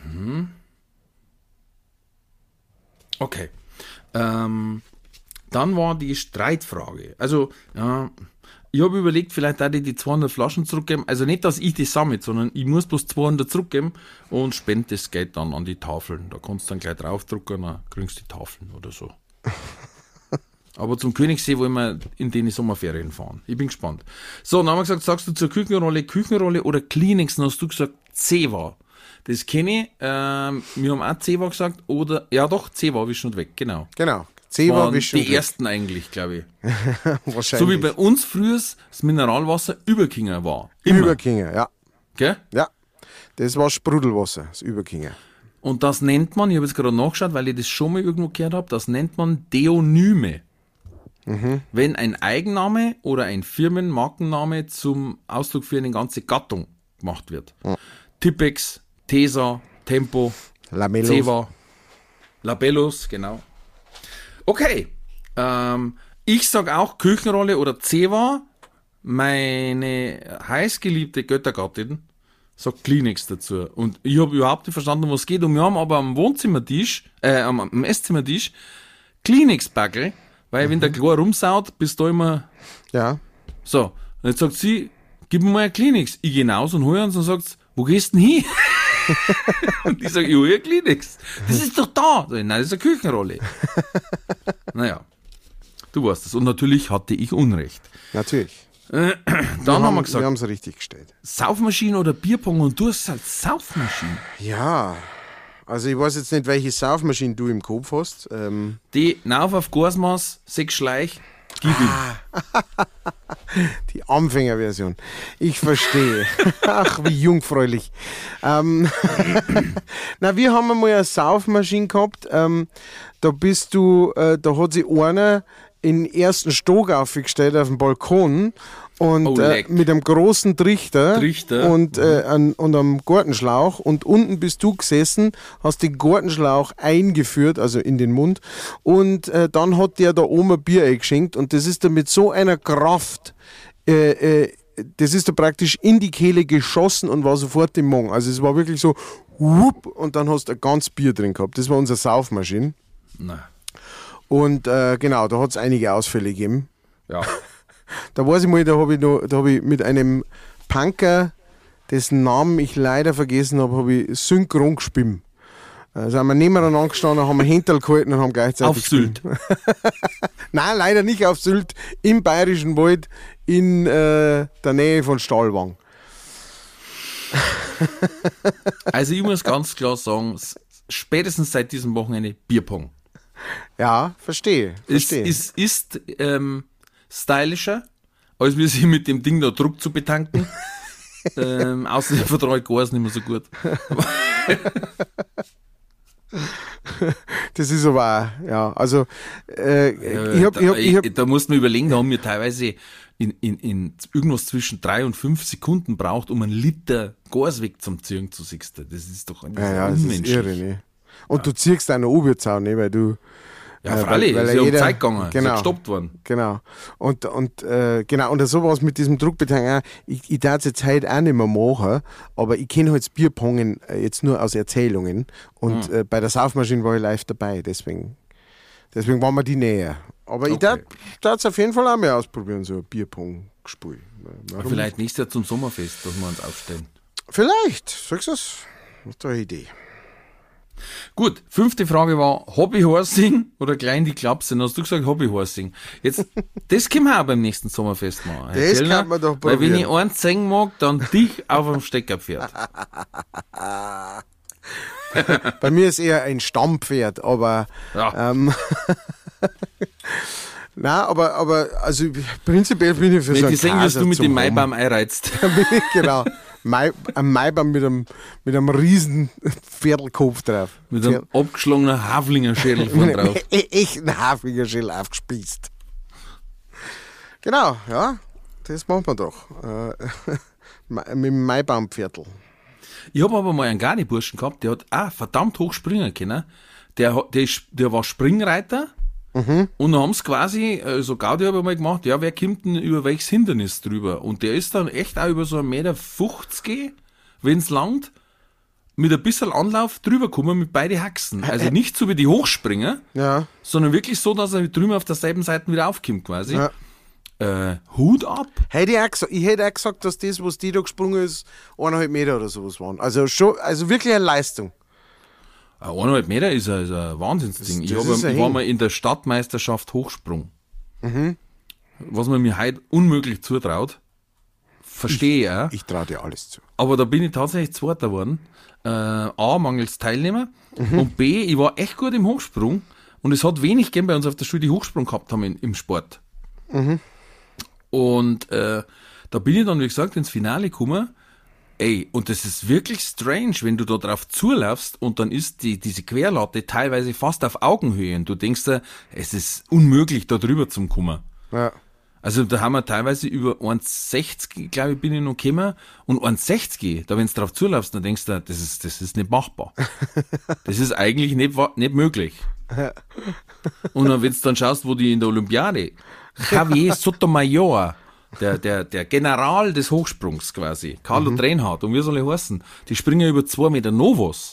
Okay. Dann war die Streitfrage. Also, ja, ich habe überlegt, vielleicht darf ich die 200 Flaschen zurückgeben. Also nicht, dass ich das sammle, sondern ich muss bloß 200 zurückgeben und spende das Geld dann an die Tafeln. Da kannst du dann gleich draufdrucken, dann kriegst du die Tafeln oder so. Aber zum Königssee wollen wir in den Sommerferien fahren. Ich bin gespannt. So, dann haben wir gesagt, sagst du zur Küchenrolle oder Kleenex? Dann hast du gesagt, Zewa. Das kenne ich. Wir haben auch Zewa gesagt. Oder, ja doch, Zewa, Wisch und Weg, genau. Genau. Zewa, Wisch und Die Weg. ersten eigentlich, glaube ich. Wahrscheinlich. So wie bei uns früher das Mineralwasser Überkinger war. Immer. Überkinger, ja. Gell? Ja. Das war Sprudelwasser, das Überkinger. Und das nennt man, ich habe jetzt gerade nachgeschaut, weil ich das schon mal irgendwo gehört habe, das nennt man Deonyme. Wenn ein Eigenname oder ein Firmenmarkenname zum Ausdruck für eine ganze Gattung gemacht wird. Tippex, Tesa, Tempo, Lamellos. Zewa, Labellos, genau. Okay. Ich sag auch Küchenrolle oder Zewa. Meine heißgeliebte Göttergattin sagt Kleenex dazu. Und ich habe überhaupt nicht verstanden, um was es geht. Und wir haben aber am Wohnzimmertisch, am Esszimmertisch Kleenex-Backel, weil wenn der Chlor rumsaut, bist du immer... Ja. So, und jetzt sagt sie, gib mir mal ein Kleenex. Ich gehe hinaus und hole uns und sagt, wo gehst denn hin? Und ich sage, ich hole ein Kleenex. Das ist doch da. Sag ich, nein, das ist eine Küchenrolle. Naja, du weißt das. Und natürlich hatte ich Unrecht. Natürlich. Dann haben wir gesagt, Wir haben es richtig gestellt. Saufmaschine oder Bierpong und du hast gesagt Saufmaschine. Ja. Also ich weiß jetzt nicht, welche Saufmaschine du im Kopf hast. Die Nauf auf Gasmaß, 6 Schleich, gib ihm. Die Anfängerversion. Ich verstehe. Ach, wie jungfräulich. Na, wir haben einmal eine Saufmaschine gehabt. Da hat sich einer in den ersten Stock aufgestellt auf dem Balkon und mit einem großen Trichter. Und am Gartenschlauch und unten bist du gesessen, hast den Gartenschlauch eingeführt, also in den Mund und dann hat der da oben ein Bier eingeschenkt und das ist dann mit so einer Kraft, das ist da praktisch in die Kehle geschossen und war sofort im Magen. Also es war wirklich so whoop, und dann hast du ein ganz Bier drin gehabt. Das war unsere Saufmaschine. Nein. Und genau, da hat es einige Ausfälle gegeben. Ja. Da weiß ich mal, da hab ich mit einem Punker, dessen Namen ich leider vergessen habe, ich synchron gespielt. Also haben wir nebeneinander gestanden, haben wir Händel gehalten und haben gleichzeitig Auf Sylt. Nein, leider nicht auf Sylt, im Bayerischen Wald, in der Nähe von Stahlwang. Also ich muss ganz klar sagen, spätestens seit diesem Wochenende Bierpong. Ja, verstehe. Es ist stylischer, als wir sich mit dem Ding da Druck zu betanken. Außerdem vertraue ich Gas nicht mehr so gut. Das ist aber auch, ja, also da musst man überlegen, da haben wir teilweise in irgendwas zwischen 3 und 5 Sekunden braucht, um einen Liter Gas wegzuziehen zu Sixter. Das ist doch das ist irre, ne? Und du ziehst auch noch Oberzaun, ne? Weil du ja, freilich, ist ja um Zeit gegangen, genau, ist gestoppt worden. Genau. Und sowas mit diesem Druckbetanken, ich darf es jetzt heute auch nicht mehr machen, aber ich kenne halt das Bierpongen jetzt nur aus Erzählungen und bei der Saufmaschine war ich live dabei, deswegen waren wir die näher. Aber okay. Ich darf es auf jeden Fall auch mal ausprobieren, so ein Bierpong-Spiel. Vielleicht nächstes Jahr zum Sommerfest, dass wir uns aufstellen. Vielleicht, sagst du es? Das ist doch eine Idee. Gut, 5. Frage war Hobbyhorsing oder klein die Klapse? Dann hast du gesagt Hobbyhorsing. Jetzt, das können wir auch beim nächsten Sommerfest machen. Das kann man doch probieren. Weil wenn ich eins singen mag, dann dich auf dem Steckerpferd. Bei mir ist eher ein Stammpferd, aber ja. Nein, aber also prinzipiell bin ich für so einen die singen, dass du mit dem Maibaum einreizt. Genau. Ein Maibaum mit einem riesen Pferdelkopf drauf. Mit einem abgeschlagenen Haflingerschädel von drauf. Echten Haflingerschädel aufgespießt. Genau, ja, das machen wir doch. Mit dem Maibaumpferdl. Ich habe aber mal einen Garni-Burschen gehabt, der hat auch verdammt hoch springen können. Der war Springreiter. Und dann haben sie quasi, so Gaudi habe ich mal gemacht, ja, wer kommt denn über welches Hindernis drüber? Und der ist dann echt auch über so 1,50 Meter, wenn es langt, mit ein bisschen Anlauf drüber gekommen mit beide Haxen. Also nicht so wie die Hochspringer, sondern wirklich so, dass er drüben auf derselben Seite wieder aufkommt quasi. Ja. Hut ab. Ich hätte auch gesagt, dass das, was die da gesprungen ist, 1,5 Meter oder sowas waren. Also wirklich eine Leistung. 1,5 Meter ist ein Wahnsinnsding. Ich war mal in der Stadtmeisterschaft Hochsprung. Was man mir heute unmöglich zutraut. Verstehe ich auch. Ich traue dir alles zu. Aber da bin ich tatsächlich Zweiter geworden. A, mangels Teilnehmer. Und B, ich war echt gut im Hochsprung. Und es hat wenig gegeben bei uns auf der Schule, die Hochsprung gehabt haben im Sport. Und da bin ich dann, wie gesagt, ins Finale gekommen. Ey, und das ist wirklich strange, wenn du da drauf zulaufst und dann ist diese Querlatte teilweise fast auf Augenhöhe und du denkst dir, es ist unmöglich, da drüber zu kommen. Ja. Also da haben wir teilweise über 1,60, glaube ich, bin ich noch gekommen und 1,60, da wenn du drauf zulaufst, dann denkst du, das ist nicht machbar. Das ist eigentlich nicht möglich. Und wenn du dann schaust, wo die in der Olympiade, Javier Sotomayor, der General des Hochsprungs quasi, Carlo Trenhardt, und wie soll ich heißen? Die springen über 2 Meter Novos.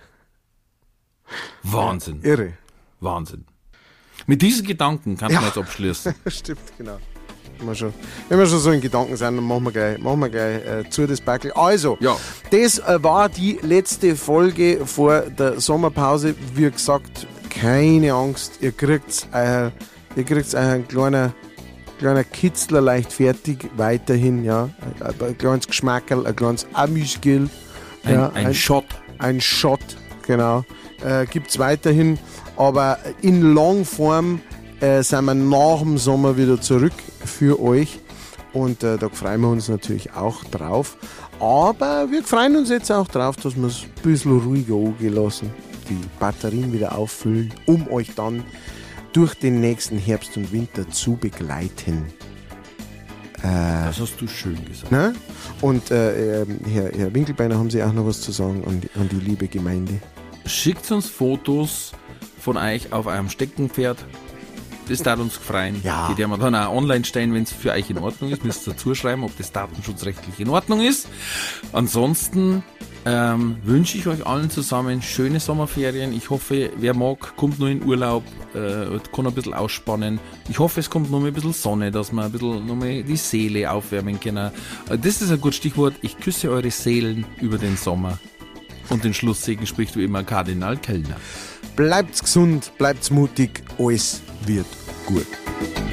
Wahnsinn. Irre. Wahnsinn. Mit diesen Gedanken kann man jetzt abschließen. Stimmt, genau. Wenn wir schon so in Gedanken sind, dann machen wir gleich zu das Backel. Also, Ja. das war die letzte Folge vor der Sommerpause. Wie gesagt, keine Angst, ihr kriegt's euer kleiner Kitzler leicht fertig weiterhin, ja. Ein kleines Geschmackerl, ein kleines Amüsgel. Ein Shot. Ein Shot, genau. Gibt's weiterhin, aber in Longform sind wir nach dem Sommer wieder zurück für euch und da freuen wir uns natürlich auch drauf. Aber wir freuen uns jetzt auch drauf, dass wir es ein bisschen ruhiger angehen lassen, die Batterien wieder auffüllen, um euch dann durch den nächsten Herbst und Winter zu begleiten. Das hast du schön gesagt. Ne? Und Herr Winkelbeiner, haben Sie auch noch was zu sagen an die liebe Gemeinde? Schickt uns Fotos von euch auf eurem Steckenpferd. Das darf uns gefreien. Ja. Die werden wir dann auch online stellen, wenn es für euch in Ordnung ist. Müsst ihr dazu schreiben, ob das datenschutzrechtlich in Ordnung ist. Ansonsten wünsche ich euch allen zusammen schöne Sommerferien. Ich hoffe, wer mag, kommt nur in Urlaub, kann ein bisschen ausspannen. Ich hoffe, es kommt noch mal ein bisschen Sonne, dass wir ein bisschen noch mal die Seele aufwärmen können. Das ist ein gutes Stichwort. Ich küsse eure Seelen über den Sommer. Und den Schlusssegen spricht wie immer Kardinal Kellner. Bleibt's gesund, bleibt's mutig, alles wird gut.